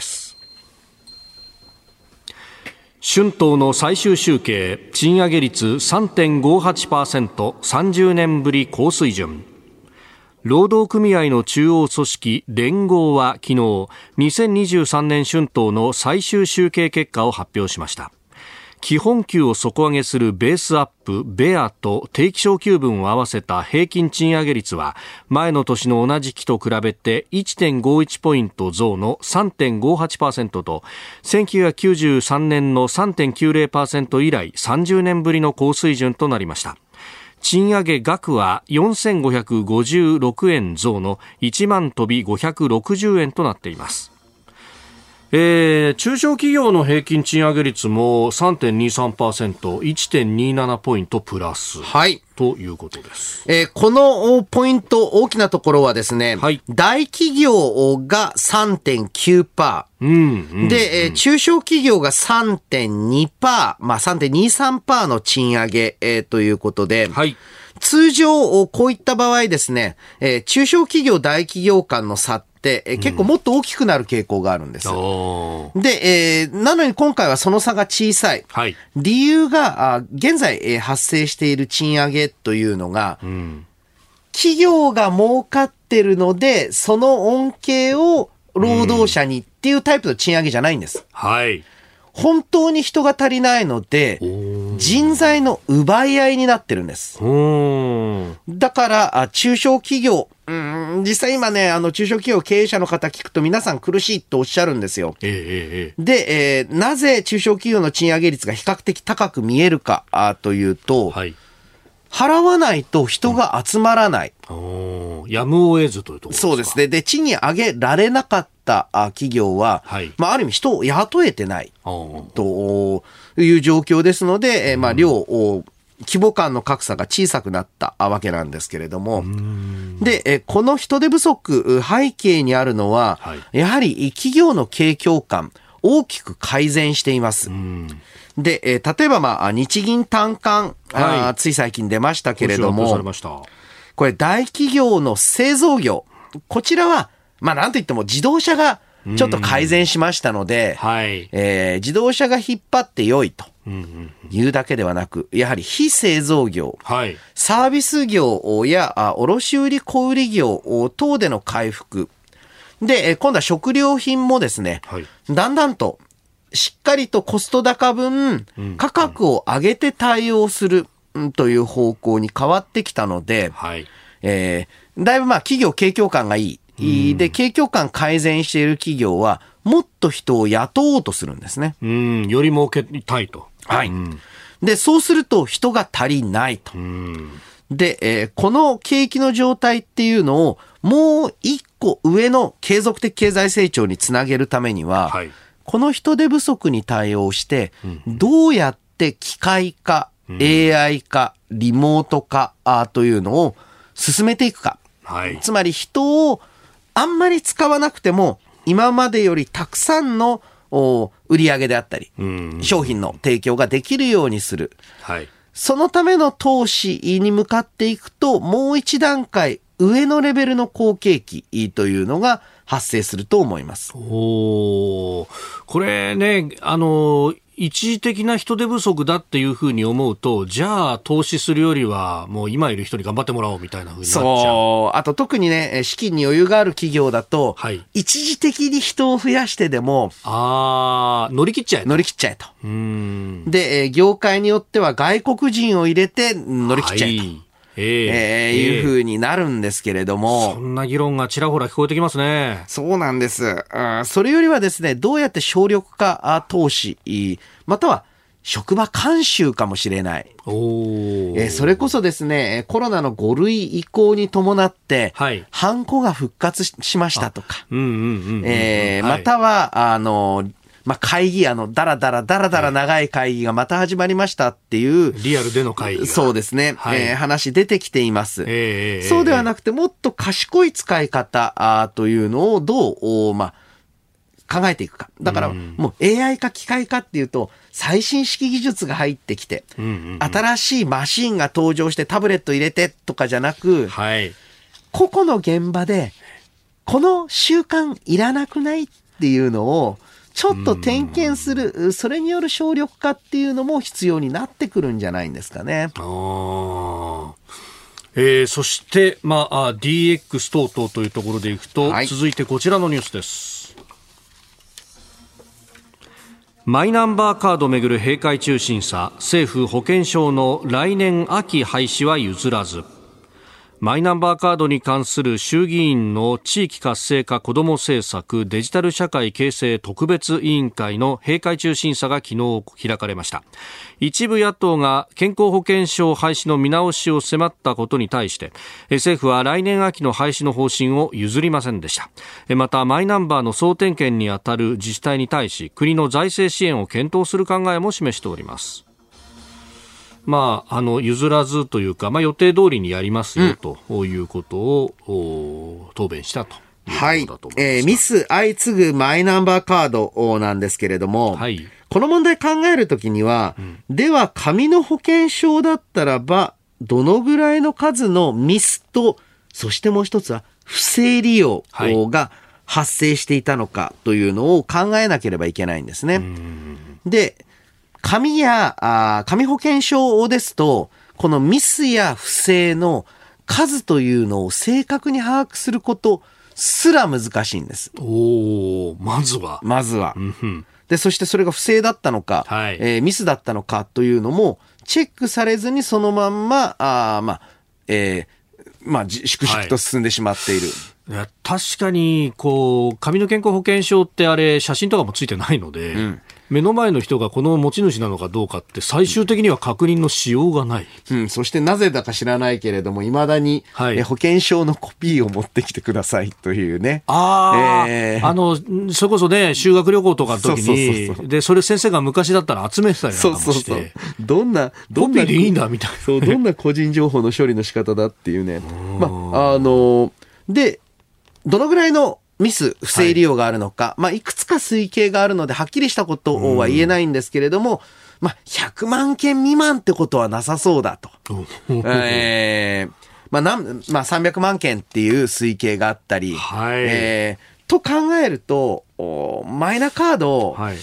C: 春闘の最終集計、賃上げ率 さんてんごはちパーセント、さんじゅうねんぶり高水準。労働組合の中央組織連合は昨日、にせんにじゅうさんねん春闘の最終集計結果を発表しました。基本給を底上げするベースアップ、ベアと定期昇給分を合わせた平均賃上げ率は、前の年の同じ期と比べて いってんごいち ポイント増の さんてんごはちパーセント と、せんきゅうひゃくきゅうじゅうさんねんの さんてんきゅうぜろパーセント 以来さんじゅうねんぶりの高水準となりました。賃上げ額はよんせんごひゃくごじゅうろくえん増のいちまんとびごひゃくろくじゅうえんとなっています。えー、中小企業の平均賃上げ率も さんてんにさんパーセント、いってんになな ポイントプラス、はい、ということです。
E: えー、このポイント、大きなところはですね、はい、大企業が さんてんきゅうパーセント、うんうんうん、で、えー、中小企業が さんてんにパーセント、まあ さんてんにさんパーセント の賃上げ、えー、ということで、はい、通常こういった場合ですね、えー、中小企業大企業間の差でえ結構もっと大きくなる傾向があるんです。うん、で、えー、なのに今回はその差が小さい。はい、理由が、あ現在、えー、発生している賃上げというのが、うん、企業が儲かってるので、その恩恵を労働者にっていうタイプの賃上げじゃないんです。はい。本当に人が足りないので、人材の奪い合いになってるんです。だから、中小企業、うーん、実際今ね、あの、中小企業経営者の方聞くと皆さん苦しいとおっしゃるんですよ。ええ、で、えー、なぜ中小企業の賃上げ率が比較的高く見えるかあというと、はい、払わないと人が集まらない。
C: うん、やむを得ずというところですか。
E: そうですね。で、賃金上げられなかった企業は、はい、まあ、ある意味人を雇えてないという状況ですので、えー、まあ、量を、規模感の格差が小さくなったわけなんですけれども。で、えこの人手不足、背景にあるのは、はい、やはり企業の景況感、大きく改善しています。で、え例えば、まあ、日銀短観、はい、つい最近出ましたけれども、これ大企業の製造業、こちらは、まあ、なんといっても自動車がちょっと改善しましたので、はい、えー、自動車が引っ張って良いというだけではなく、やはり非製造業、はい、サービス業や卸売小売業等での回復で、今度は食料品もですね、はい、だんだんとしっかりとコスト高分、価格を上げて対応するという方向に変わってきたので、はい、えー、だいぶまあ企業景況感がいい。で、景況感改善している企業は、もっと人を雇おうとするんですね。
C: うん、より儲けたいと。
E: はい。で、そうすると人が足りないと。で、えー、この景気の状態っていうのを、もう一個上の継続的経済成長につなげるためには、はい、この人手不足に対応して、どうやって機械化、エーアイ 化、リモート化というのを進めていくか。はい、つまり人をあんまり使わなくても今までよりたくさんの売り上げであったり、商品の提供ができるようにする。はい、そのための投資に向かっていくと、もう一段階上のレベルの好景気というのが発生すると思います。
C: おー、これね、あの、一時的な人手不足だっていうふうに思うと、じゃあ投資するよりはもう今いる人に頑張ってもらおうみたいなふうになっちゃう。
E: そう。あと特にね、資金に余裕がある企業だと、はい、一時的に人を増やしてでも、
C: あー、乗り切っちゃえと。
E: 乗り切っちゃえと。うーんで、業界によっては外国人を入れて乗り切っちゃえと。はい、えーえー、いう風になるんですけれども、
C: そんな議論がちらほら聞こえてきますね。
E: そうなんです。それよりはですね、どうやって省力化投資、または職場慣習かもしれない。おえー、それこそですね、コロナのご類移行に伴って、はい、ハンコが復活しましたとか、または、あの、まあ、会議、あの、だらだらだらだら長い会議がまた始まりましたっていう。
C: リアルでの会議。
E: そうですね。はい、えー、話出てきています。えー、そうではなくて、もっと賢い使い方あというのをどう、まあ、考えていくか。だから、もう エーアイ 化、機械化っていうと、最新式技術が入ってきて、うんうんうん、新しいマシンが登場してタブレット入れてとかじゃなく、はい、個々の現場で、この習慣いらなくないっていうのを、ちょっと点検する、それによる省力化っていうのも必要になってくるんじゃないんですかね。あ
C: えー、そして、まあ、ディーエックス 等々というところでいくと、はい、続いてこちらのニュースです。マイナンバーカードめぐる閉会中審査、政府保険証の来年秋廃止は譲らず。マイナンバーカードに関する衆議院の地域活性化子ども政策デジタル社会形成特別委員会の閉会中審査が昨日開かれました。一部野党が健康保険証廃止の見直しを迫ったことに対して政府は来年秋の廃止の方針を譲りませんでした。またマイナンバーの総点検にあたる自治体に対し国の財政支援を検討する考えも示しております。まあ、あの譲らずというか、まあ、予定通りにやりますよ、うん、ということを答弁したということだと思います。はい、えー、ミス
E: 相次ぐマイナンバーカードなんですけれども、はい、この問題考えるときには、うん、では紙の保険証だったらばどのぐらいの数のミスと、そしてもう一つは不正利用が発生していたのかというのを考えなければいけないんですね。で紙や、あ紙保険証ですと、このミスや不正の数というのを正確に把握することすら難しいんです。
C: おー、まずは。
E: まずは。うん、で、そしてそれが不正だったのか、はい、えー、ミスだったのかというのも、チェックされずにそのまんま、あまあ、えー、まあ、粛々と進んでしまっている。
C: はい、いや確かに、こう、紙の健康保険証ってあれ、写真とかもついてないので、うん、目の前の人がこの持ち主なのかどうかって最終的には確認のしようがない、
E: うん、そしてなぜだか知らないけれども未だに、はい、え保険証のコピーを持ってきてくださいというね。
C: あ、えー、あのそれこそね修学旅行とかの時にそうそうそうそうでそれ先生が昔だったら集めてたりなんかもして、そうそうそう
E: どんな
C: どんなコピーでいいんだみたいな
E: そうどんな個人情報の処理の仕方だっていうねまああのでどのぐらいのミス、不正利用があるのか、はいまあ、いくつか推計があるので、はっきりしたことは言えないんですけれども、まあ、ひゃくまんけん未満ってことはなさそうだと。えー、まあ、なん、まあ、さんびゃくまんけんっていう推計があったり、はい、えー、と考えると、マイナカード、はい、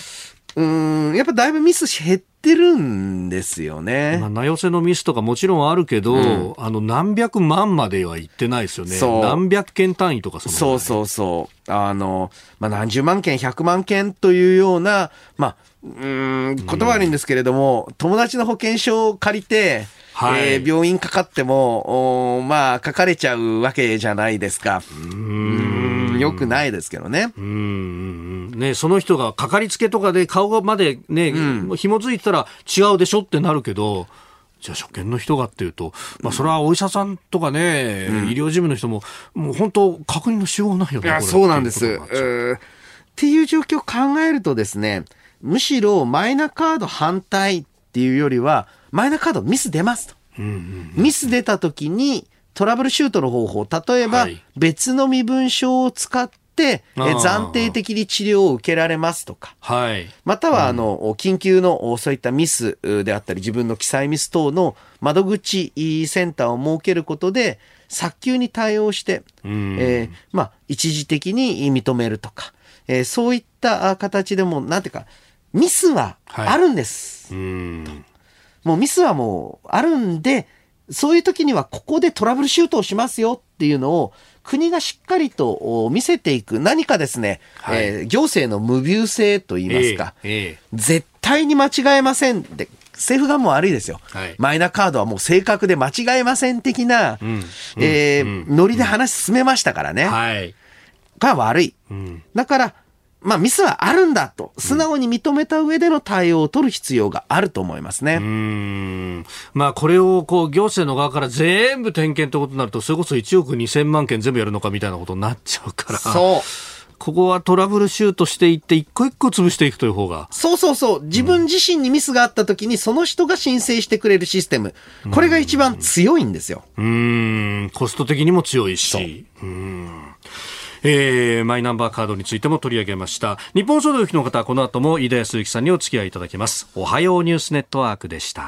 E: うーん、やっぱだいぶミス減ってるんですよね。
C: まあ、名寄せのミスとかもちろんあるけど、うん、あの何百万までは行ってないですよね。何百件単位とかその、ね、
E: そうそうそう。あの、まあ、何十万件、百万件というような、まあ、うーん、言葉悪いんですけれども、うん、友達の保険証を借りて、はい、えー、病院かかっても、まあ、かかれちゃうわけじゃないですか。うーん、よくないですけどね。
C: うーん、ね、その人がかかりつけとかで顔がまでね、うん、紐づいてたら違うでしょってなるけど、じゃあ初見の人がっていうと、まあ、それはお医者さんとかね、うん、医療事務の人も、もう本当確認のしようないよね。
E: いや、そうなんです。うーっていう状況を考えるとですね、むしろマイナカード反対っていうよりは、マイナカードミス出ますと。うんうんうん、ミス出た時にトラブルシュートの方法、例えば別の身分証を使って暫定的に治療を受けられますとか、はい、またはあの、うん、緊急のそういったミスであったり自分の記載ミス等の窓口センターを設けることで早急に対応して、うんえーまあ、一時的に認めるとか、えー、そういった形でもなんていうかミスはあるんです、はい、うんもうミスはもうあるんで、そういう時にはここでトラブルシュートをしますよっていうのを国がしっかりと見せていく何かですね、はい、えー、行政の無謬性といいますか、えーえー、絶対に間違えませんで、政府がもう悪いですよ、はい、マイナカードはもう正確で間違えません的な、うん、えーうん、ノリで話進めましたからね、はい、が悪い、うん、だからまあミスはあるんだと素直に認めた上での対応を取る必要があると思いますね。うー
C: ん、まあこれをこう行政の側から全部点検ということになると、それこそいちおくにせんまんけん全部やるのかみたいなことになっちゃうから、そうここはトラブルシュートしていって一個一個潰していくという方が、
E: そうそうそう、自分自身にミスがあった時にその人が申請してくれるシステム、これが一番強いんですよ。
C: うーん、コスト的にも強いし、うーん、えー、マイナンバーカードについても取り上げました。日本総動機の方、この後も飯田康之さんにお付き合いいただきます。おはようニュースネットワークでした。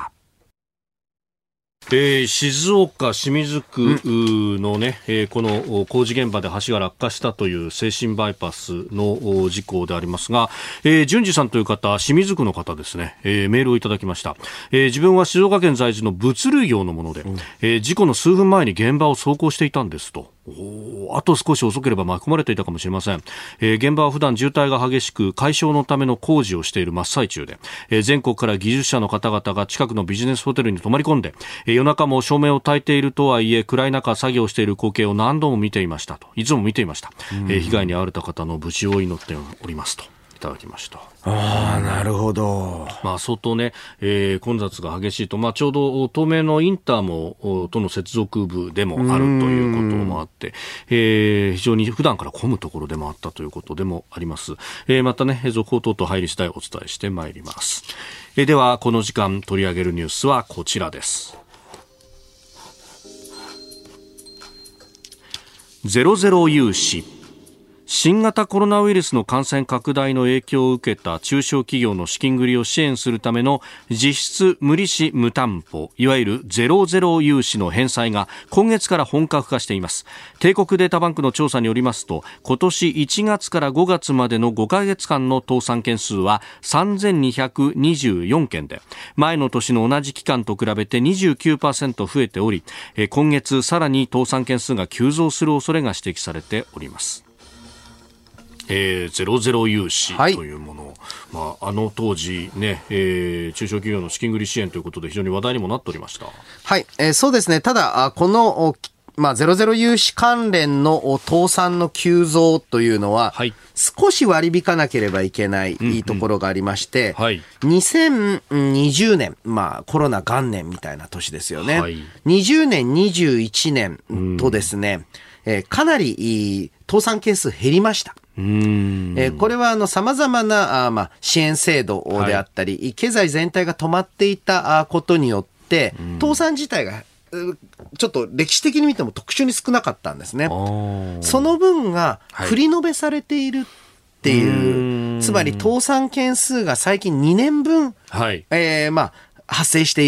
C: えー、静岡清水区のね、えー、この工事現場で橋が落下したという静清バイパスの事故でありますが、えー、淳二さんという方、清水区の方ですね、えー、メールをいただきました。えー、自分は静岡県在住の物流業のもので、うんえー、事故の数分前に現場を走行していたんですと。おあと少し遅ければ巻き込まれていたかもしれません。えー、現場は普段渋滞が激しく解消のための工事をしている真っ最中で、えー、全国から技術者の方々が近くのビジネスホテルに泊まり込んで、えー、夜中も照明を焚いているとはいえ暗い中作業している光景を何度も見ていましたと、いつも見ていました、えー、被害に遭われた方の無事を祈っておりますといただきました。
E: ああ、なるほど。
C: まあ、相当ね、えー、混雑が激しいと、まあ、ちょうど東名のインターもとの接続部でもあるということもあって、えー、非常に普段から混むところでもあったということでもあります。えー、またね、続報等々入り次第お伝えしてまいります。えー、ではこの時間取り上げるニュースはこちらです。ゼロゼロ融資。新型コロナウイルスの感染拡大の影響を受けた中小企業の資金繰りを支援するための実質無利子無担保、いわゆるゼロゼロ融資の返済が今月から本格化しています。帝国データバンクの調査によりますと、今年いちがつからごがつまでのごかげつかんの倒産件数はさんぜんにひゃくにじゅうよんけんで、前の年の同じ期間と比べて にじゅうきゅうパーセント 増えており、今月さらに倒産件数が急増する恐れが指摘されております。えー、ゼロゼロ融資というもの、はい、まあ、あの当時、ねえー、中小企業の資金繰り支援ということで非常に話題にもなっておりました。
E: はい、えー、そうですね。ただこの、まあ、ゼロゼロ融資関連の倒産の急増というのは、はい、少し割り引かなければいけないところがありまして、うんうんはい、にせんにじゅうねん、まあ、コロナ元年みたいな年ですよね、はい、にじゅうねんにじゅういちねんとですね、うんえー、かなり倒産件数減りました。うーんえー、これはあの様々なあ、まあ、支援制度であったり、はい、経済全体が止まっていたことによって倒産自体がちょっと歴史的に見ても特殊に少なかったんですね。その分が繰り延べされているっていう、はい、つまり倒産件数が最近にねんぶん、はいえーまあ、発生していると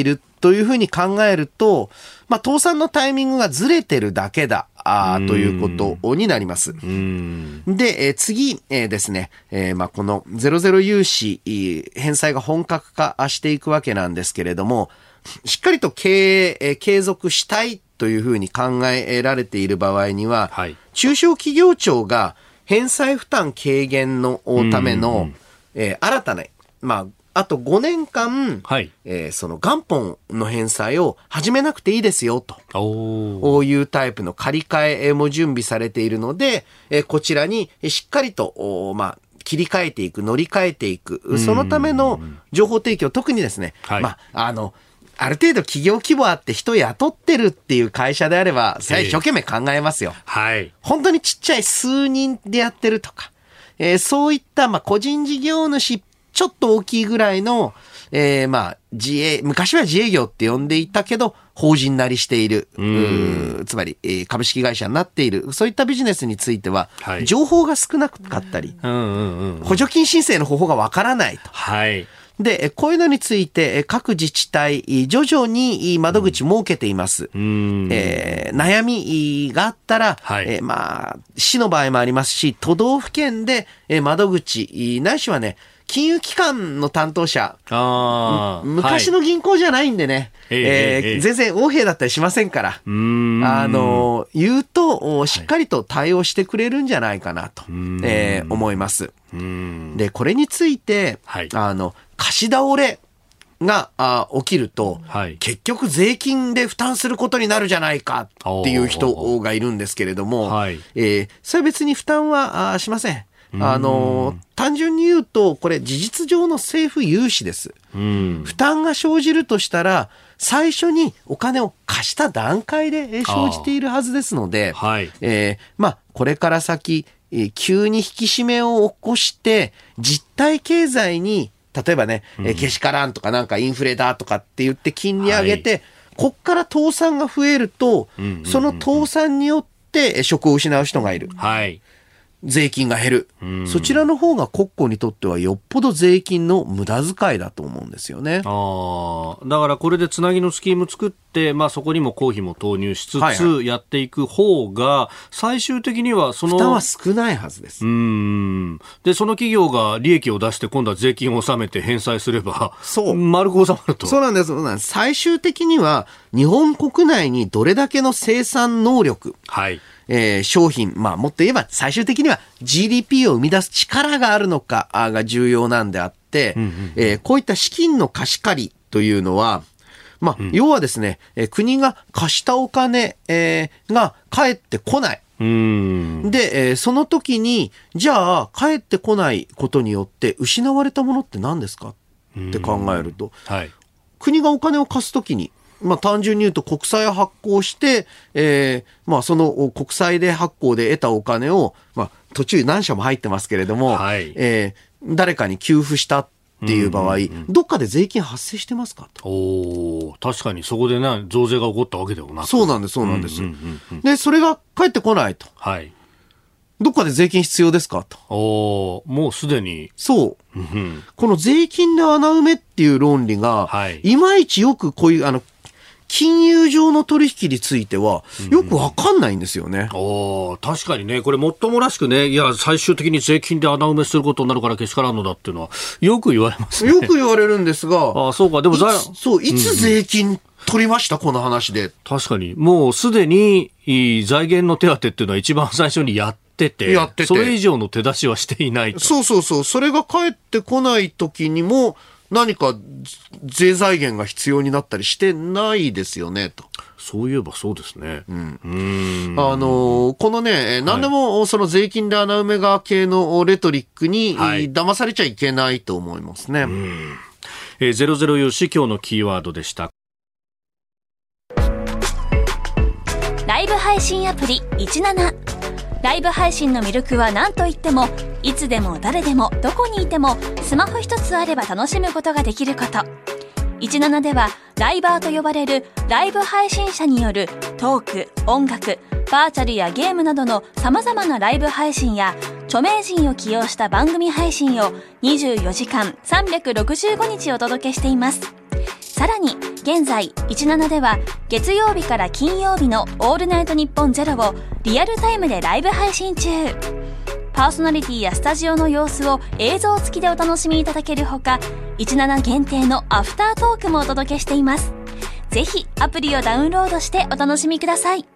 E: というふうに考えると、まあ、倒産のタイミングがずれてるだけだあということになります。
C: うん
E: で、えー、次、えー、ですね、えーまあ、このゼロゼロ融資返済が本格化していくわけなんですけれども、しっかりと経営、えー、継続したいというふうに考えられている場合には、はい、中小企業庁が返済負担軽減のための、うんうんえー、新たな、まあ、あとごねんかん、はいえー、その元本の返済を始めなくていいですよというタイプの借り換えも準備されているので、えー、こちらにしっかりと、まあ、切り替えていく、乗り換えていく、そのための情報提供、特にですね、はいまあ、あの、ある程度企業規模あって人雇ってるっていう会社であれば、それは一生懸命考えますよ。はい。本当にちっちゃい数人でやってるとか、えー、そういった、まあ、個人事業主、ちょっと大きいぐらいの、えー、まあ、自営、昔は自営業って呼んでいたけど、法人なりしている、うつまり、えー、株式会社になっている、そういったビジネスについては、はい、情報が少なかったり、うんうんうん、補助金申請の方法がわからないと。はい。で、こういうのについて各自治体、徐々に窓口設けています。うんえー、悩みがあったら、はいえー、まあ、市の場合もありますし、都道府県で窓口、ないしはね、金融機関の担当者、あ昔の銀行じゃないんでね、はいえーえー、全然横柄だったりしませんから、うーんあの言うとしっかりと対応してくれるんじゃないかなと、はいえー、思います。うーんでこれについて、はい、あの貸し倒れがあ起きると、はい、結局税金で負担することになるじゃないかっていう人がいるんですけれども、はいえー、それは別に負担はあしません。あの単純に言うとこれ事実上の政府融資です。うん負担が生じるとしたら最初にお金を貸した段階で生じているはずですので、はいえー、まあこれから先、えー、急に引き締めを起こして実体経済に例えばね、うん、えー、けしからんとかなんかインフレだとかって言って金利上げて、はい、こっから倒産が増えると、うんうんうんうん、その倒産によって職を失う人がいる。はい税金が減る、うん、そちらの方が国庫にとってはよっぽど税金の無駄遣いだと思うんですよね。
C: あだからこれでつなぎのスキーム作って、まあ、そこにも公費も投入しつつやっていく方が最終的にはその
E: 負担は少ないはずです。
C: うんでその企業が利益を出して今度は税金を納めて返済すればそう丸く収まると。
E: そうなんです。そうなんです。最終的には日本国内にどれだけの生産能力、はいえー、商品、まあもっと言えば最終的には ジーディーピー を生み出す力があるのかが重要なんであって、うんうんうんえー、こういった資金の貸し借りというのは、まあ、うん、要はですね、えー、国が貸したお金、えー、が返ってこない。うんで、えー、その時に、じゃあ返ってこないことによって失われたものって何ですかって考えると、はい、国がお金を貸す時にまあ、単純に言うと国債を発行して、えー、まあその国債で発行で得たお金を、まあ途中何社も入ってますけれども、はいえー、誰かに給付したっていう場合、うんうんうん、どっかで税金発生してますかと。
C: お確かにそこでね、増税が起こったわけでもなく。
E: そうなんです、そうなんです。うんうんうんうん、で、それが返ってこないと。はい。どっかで税金必要ですかと。
C: おもうすでに。
E: そう。うん、この税金で穴埋めっていう論理が、はい、いまいちよくこういう、あの、金融上の取引についてはよくわかんないんですよね。
C: うん、お確かにね、これもっともらしくね、いや最終的に税金で穴埋めすることになるからけしからんのだっていうのはよく言われますね。
E: よく言われるんですが、
C: あそうかでもい
E: つそういつ税金取りました、うん、この話で。
C: 確かにもうすでに財源の手当てっていうのは一番最初にやってて、やっててそれ以上の手出しはしていないと。
E: そうそうそう、それが返ってこない時にも何か税財源が必要になったりしてないですよねと。
C: そういえばそうですね。うん、う
E: ーんあのこのね、何でもその税金で穴埋めが系のレトリックに騙されちゃいけないと思いますね。うん
C: えー、ゼロゼロ融資今日のキーワードでした。
I: ライブ配信アプリじゅうなな。ライブ配信の魅力は何といってもいつでも誰でもどこにいてもスマホ一つあれば楽しむことができること。じゅうななではライバーと呼ばれるライブ配信者によるトーク、音楽、バーチャルやゲームなどの様々なライブ配信や著名人を起用した番組配信をにじゅうよじかんさんびゃくろくじゅうごにちお届けしています。 さらに現在じゅうななでは月曜日から金曜日のオールナイトニッポンゼロをリアルタイムでライブ配信中。パーソナリティやスタジオの様子を映像付きでお楽しみいただけるほか、じゅうなな限定のアフタートークもお届けしています。ぜひアプリをダウンロードしてお楽しみください。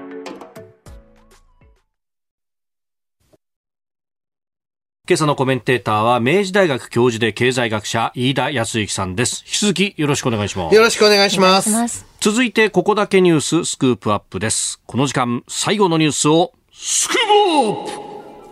C: 今朝のコメンテーターは明治大学教授で経済学者飯田康之さんです。引き続きよろしくお願いします。
E: よろしくお願いします。
C: 続いてここだけニューススクープアップです。この時間最後のニュースをスクープアップ。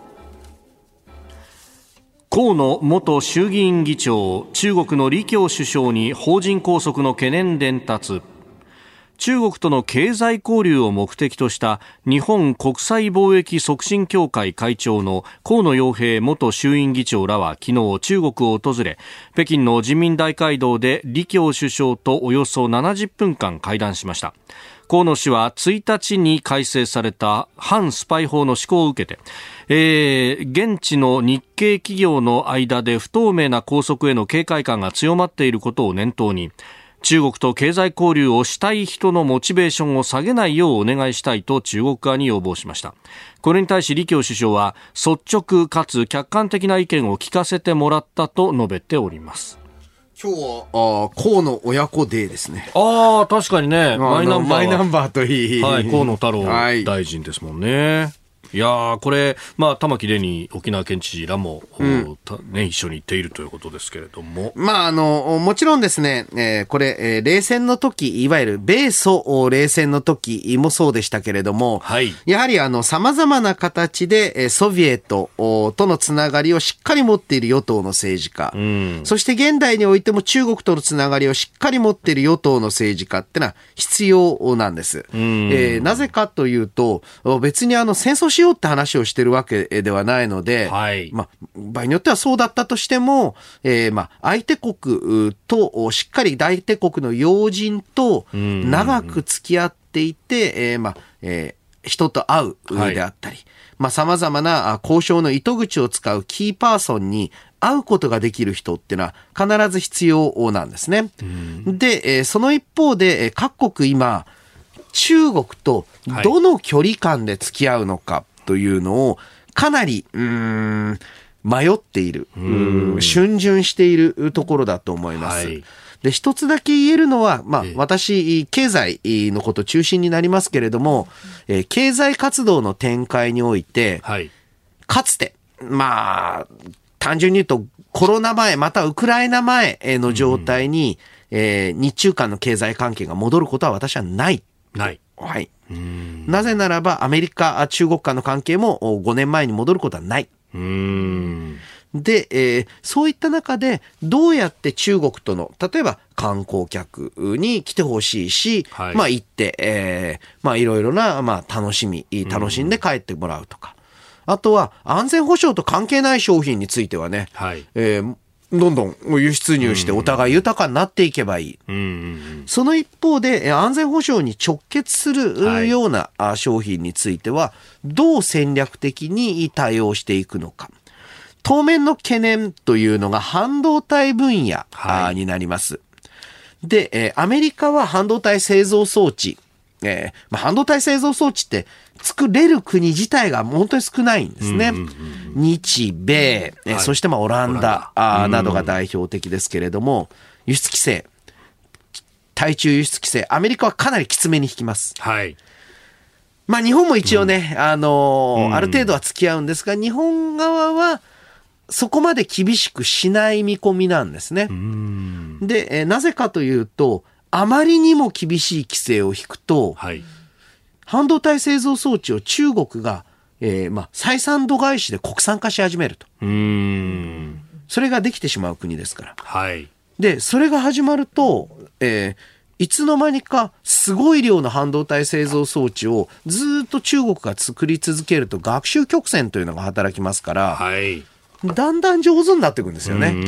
C: 河野元衆議院議長、中国の李強首相に邦人拘束の懸念伝達。中国との経済交流を目的とした日本国際貿易促進協会会長の河野洋平元衆院議長らは昨日中国を訪れ、北京の人民大会堂で李強首相とおよそななじゅっぷんかん会談しました。河野氏はついたちに改正された反スパイ法の施行を受けて、えー、現地の日系企業の間で不透明な拘束への警戒感が強まっていることを念頭に、中国と経済交流をしたい人のモチベーションを下げないようお願いしたいと中国側に要望しました。これに対し李強首相は率直かつ客観的な意見を聞かせてもらったと述べております。
E: 今日はあ河野親子デーですね。
C: ああ、確かにね、マイナンバー
E: マイナンバーといい、
C: はい、河野太郎大臣ですもんね。はい、いやー、これ、まあ、玉城デニー沖縄県知事らも、うんね、一緒に行っているということですけれども。
E: まあ、あの、もちろんですね、えー、これ、えー、冷戦の時、いわゆる米ソ冷戦の時もそうでしたけれども、はい、やはり、あの、様々な形で、ソビエトとのつながりをしっかり持っている与党の政治家、うん、そして現代においても中国とのつながりをしっかり持っている与党の政治家ってのは必要なんです。うん、えー、なぜかというと、別にあの、戦争しようって話をしてるわけではないので、はい、まあ、場合によってはそうだったとしても、えー、まあ、相手国としっかり相手国の要人と長く付き合っていて、えー、まあ、えー、人と会うであったり、はい、まあ、様々な交渉の糸口を使うキーパーソンに会うことができる人っていうのは必ず必要なんですね。で、えー、その一方で各国今中国とどの距離感で付き合うのかというのをかなりうーん迷っている、逡巡しているところだと思います。はい、で、一つだけ言えるのは、まあ、私、経済のこと中心になりますけれども、えー、経済活動の展開において、はい、かつて、まあ、単純に言うとコロナ前、またウクライナ前の状態に、えー、日中間の経済関係が戻ることは私はない。
C: ない。
E: はい。なぜならば、アメリカ、中国間の関係もごねんまえに戻ることはない。うーんで、えー、そういった中でどうやって中国との例えば観光客に来てほしいし、はい、まあ行って、えー、まあいろいろな、まあ、楽しみ楽しんで帰ってもらうとか、あとは安全保障と関係ない商品についてはね、はい、えーどんどん輸出入してお互い豊かになっていけばいい。うんうん、その一方で安全保障に直結するような商品についてはどう戦略的に対応していくのか。当面の懸念というのが半導体分野になります。はい、で、アメリカは半導体製造装置、えーまあ、半導体製造装置って作れる国自体が本当に少ないんですね。うんうんうん、日米、はい、そしてまあオランダ、ランダなどが代表的ですけれども、輸出規制、対中輸出規制、アメリカはかなりきつめに引きます。はい。まあ日本も一応ね、うん、あのーうん、ある程度は付き合うんですが、日本側はそこまで厳しくしない見込みなんですね。うん、で、えー、なぜかというと、あまりにも厳しい規制を引くと、はい、半導体製造装置を中国が、えーまあ、採算度外視で国産化し始めると。うーんそれができてしまう国ですから。はい、で、それが始まると、えー、いつの間にかすごい量の半導体製造装置をずっと中国が作り続けると学習曲線というのが働きますから、はい、だんだん上手になっていくんですよね。うんうんうん、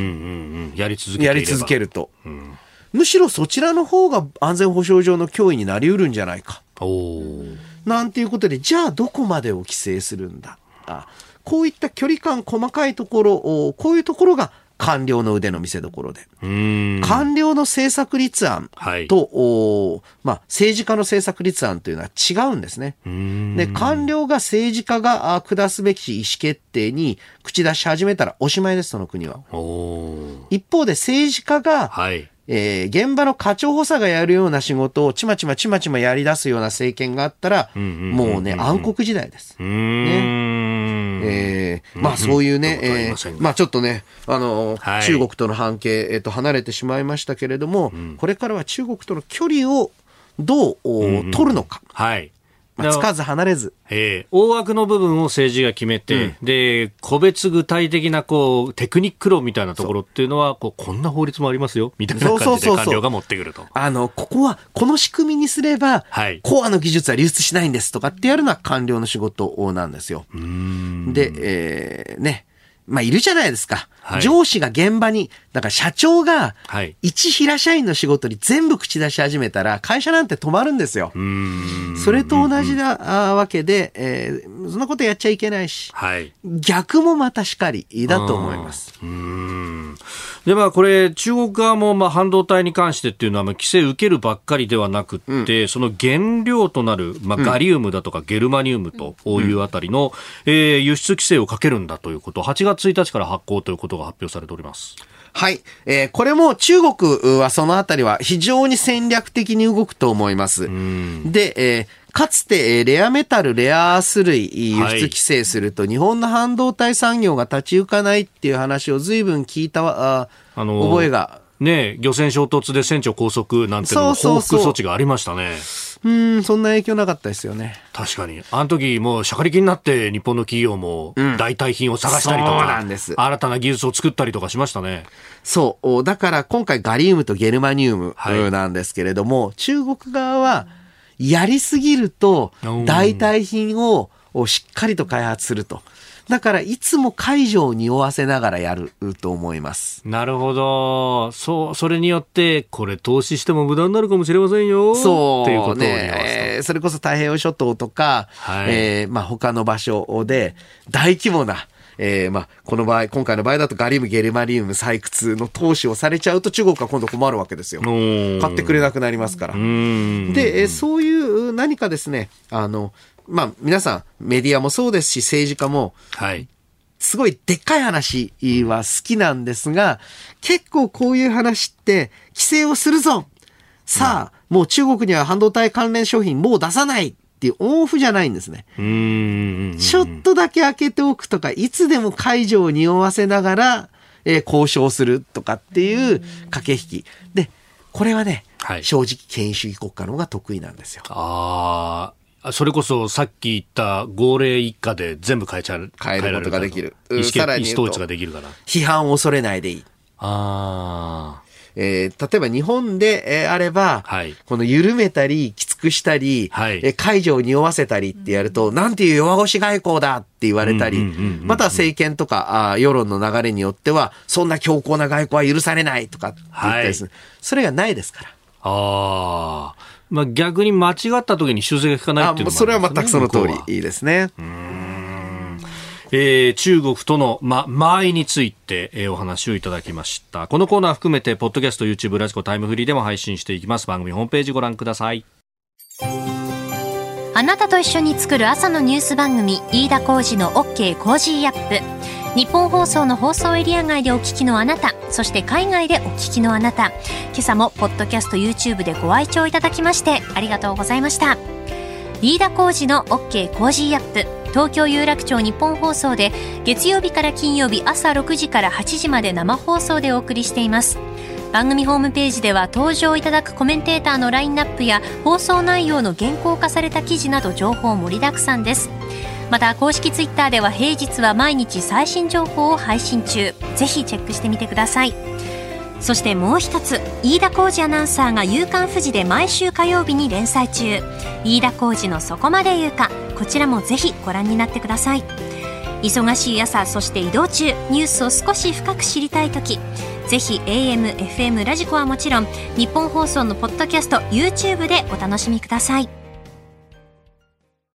E: やり続けていれば。やり続けると。うんむしろそちらの方が安全保障上の脅威になりうるんじゃないか。おなんていうことで、じゃあどこまでを規制するんだ。あこういった距離感細かいところ、こういうところが官僚の腕の見せ所で、官僚の政策立案と、はいおまあ、政治家の政策立案というのは違うんですね。で、官僚が政治家が下すべき意思決定に口出し始めたらおしまいです、その国は。一方で政治家が、はいえー、現場の課長補佐がやるような仕事をちまちまちまちまやり出すような政権があったら、もうね、暗黒時代です。ねえー、まあそういうね、えー、まあちょっとね、あのーはい、中国との関係、えー、と離れてしまいましたけれども、うん、これからは中国との距離をどう、うんうん、取るのか。はいまあ、つかず離れず、
C: えー、大枠の部分を政治が決めて、うん、で個別具体的なこうテクニック論みたいなところっていうのはこうこんな法律もありますよみたいな感じで官僚が持ってくると。
E: そうそうそうそうあのここはこの仕組みにすれば、はい、コアの技術は流出しないんですとかってやるのは官僚の仕事なんですよ。うーんで、えー、ねまあ、いるじゃないですか。はい、上司が現場に、だから社長が、一平社員の仕事に全部口出し始めたら、会社なんて止まるんですよ。うーんそれと同じなわけで、えー、そんなことやっちゃいけないし、はい、逆もまたしかりだと思います。
C: うーんで、まあ、これ、中国側も、まあ、半導体に関してっていうのは、まあ、規制受けるばっかりではなくって、うん、その原料となる、まあ、ガリウムだとかゲルマニウムというあたりの、うんえー、輸出規制をかけるんだということ、はちがつついたちから発行ということが発表されております。
E: はい。えー、これも中国はそのあたりは非常に戦略的に動くと思います。で、えーかつてレアメタル、レアアース類輸出規制すると日本の半導体産業が立ち行かないっていう話を随分聞いたあ、あのー、覚えが。
C: ね、漁船衝突で船長拘束なんていうのも報復措置がありましたね。
E: うーん、そんな影響なかったですよね。
C: 確かに。あの時もうしゃかりきになって日本の企業も代替品を探したりとか、うん、そうなんです。新たな技術を作ったりとかしましたね。
E: そう。だから今回ガリウムとゲルマニウムなんですけれども、はい、中国側はやりすぎると代替品をしっかりと開発すると。だからいつも解除を匂わせながらやると思います。
C: なるほど。そう、それによってこれ投資しても無駄になるかもしれませんよ。
E: そう
C: っていうことを匂わ
E: すと、ね、それこそ太平洋諸島とか、はいえー、まあ他の場所で大規模なえー、まあこの場合今回の場合だとガリウムゲルマニウム採掘の投資をされちゃうと中国は今度困るわけですよ。買ってくれなくなりますから。で、えー、そういう何かですねあのまあ皆さんメディアもそうですし政治家も、はい、すごいでっかい話は好きなんですが結構こういう話って規制をするぞさあ、うん、もう中国には半導体関連商品もう出さないっていうオンオフじゃないんですね。うーんちょっとだけ開けておくとかいつでも解除を匂わせながら、えー、交渉するとかっていう駆け引きでこれはね、はい、正直権威主義国家の方が得意なんですよ。
C: ああそれこそさっき言った号令一家で全部変えちゃう
E: 変えることができる
C: 意思統一ができるから
E: 批判を恐れないでいい。
C: あ
E: えー、例えば日本で、えー、あれば、はい、この緩めたりきつくしたり、はいえー、解除を匂わせたりってやると、うん、なんていう弱腰外交だって言われたり、または政権とかあ世論の流れによってはそんな強硬な外交は許されないとかって言ったりする、はい、それがないですから。
C: あまあ、逆に間違った時に修正が効かないっていうのもありますね。
E: それは全くその通りいいですね。
C: うーん、えー、中国との、ま、間合いについて、えー、お話をいただきました。このコーナー含めてポッドキャスト YouTube ラジコタイムフリーでも配信していきます。番組ホームページご覧ください。
F: あなたと一緒に作る朝のニュース番組飯田浩司の OK コージーアップ。日本放送の放送エリア外でお聞きのあなた、そして海外でお聞きのあなた、今朝もポッドキャスト YouTube でご愛聴いただきましてありがとうございました。飯田浩司の OK コージーアップ、東京有楽町日本放送で月曜日から金曜日朝ろくじからはちじまで生放送でお送りしています。番組ホームページでは登場いただくコメンテーターのラインナップや放送内容の原稿化された記事など情報盛りだくさんです。また公式ツイッターでは平日は毎日最新情報を配信中、ぜひチェックしてみてください。そしてもう一つ、飯田浩司アナウンサーが夕刊フジで毎週火曜日に連載中、飯田浩司のそこまで言うか、こちらもぜひご覧になってください。忙しい朝、そして移動中、ニュースを少し深く知りたいとき、ぜひ エーエム、エフエム、ラジコはもちろん日本放送のポッドキャスト YouTube でお楽しみください。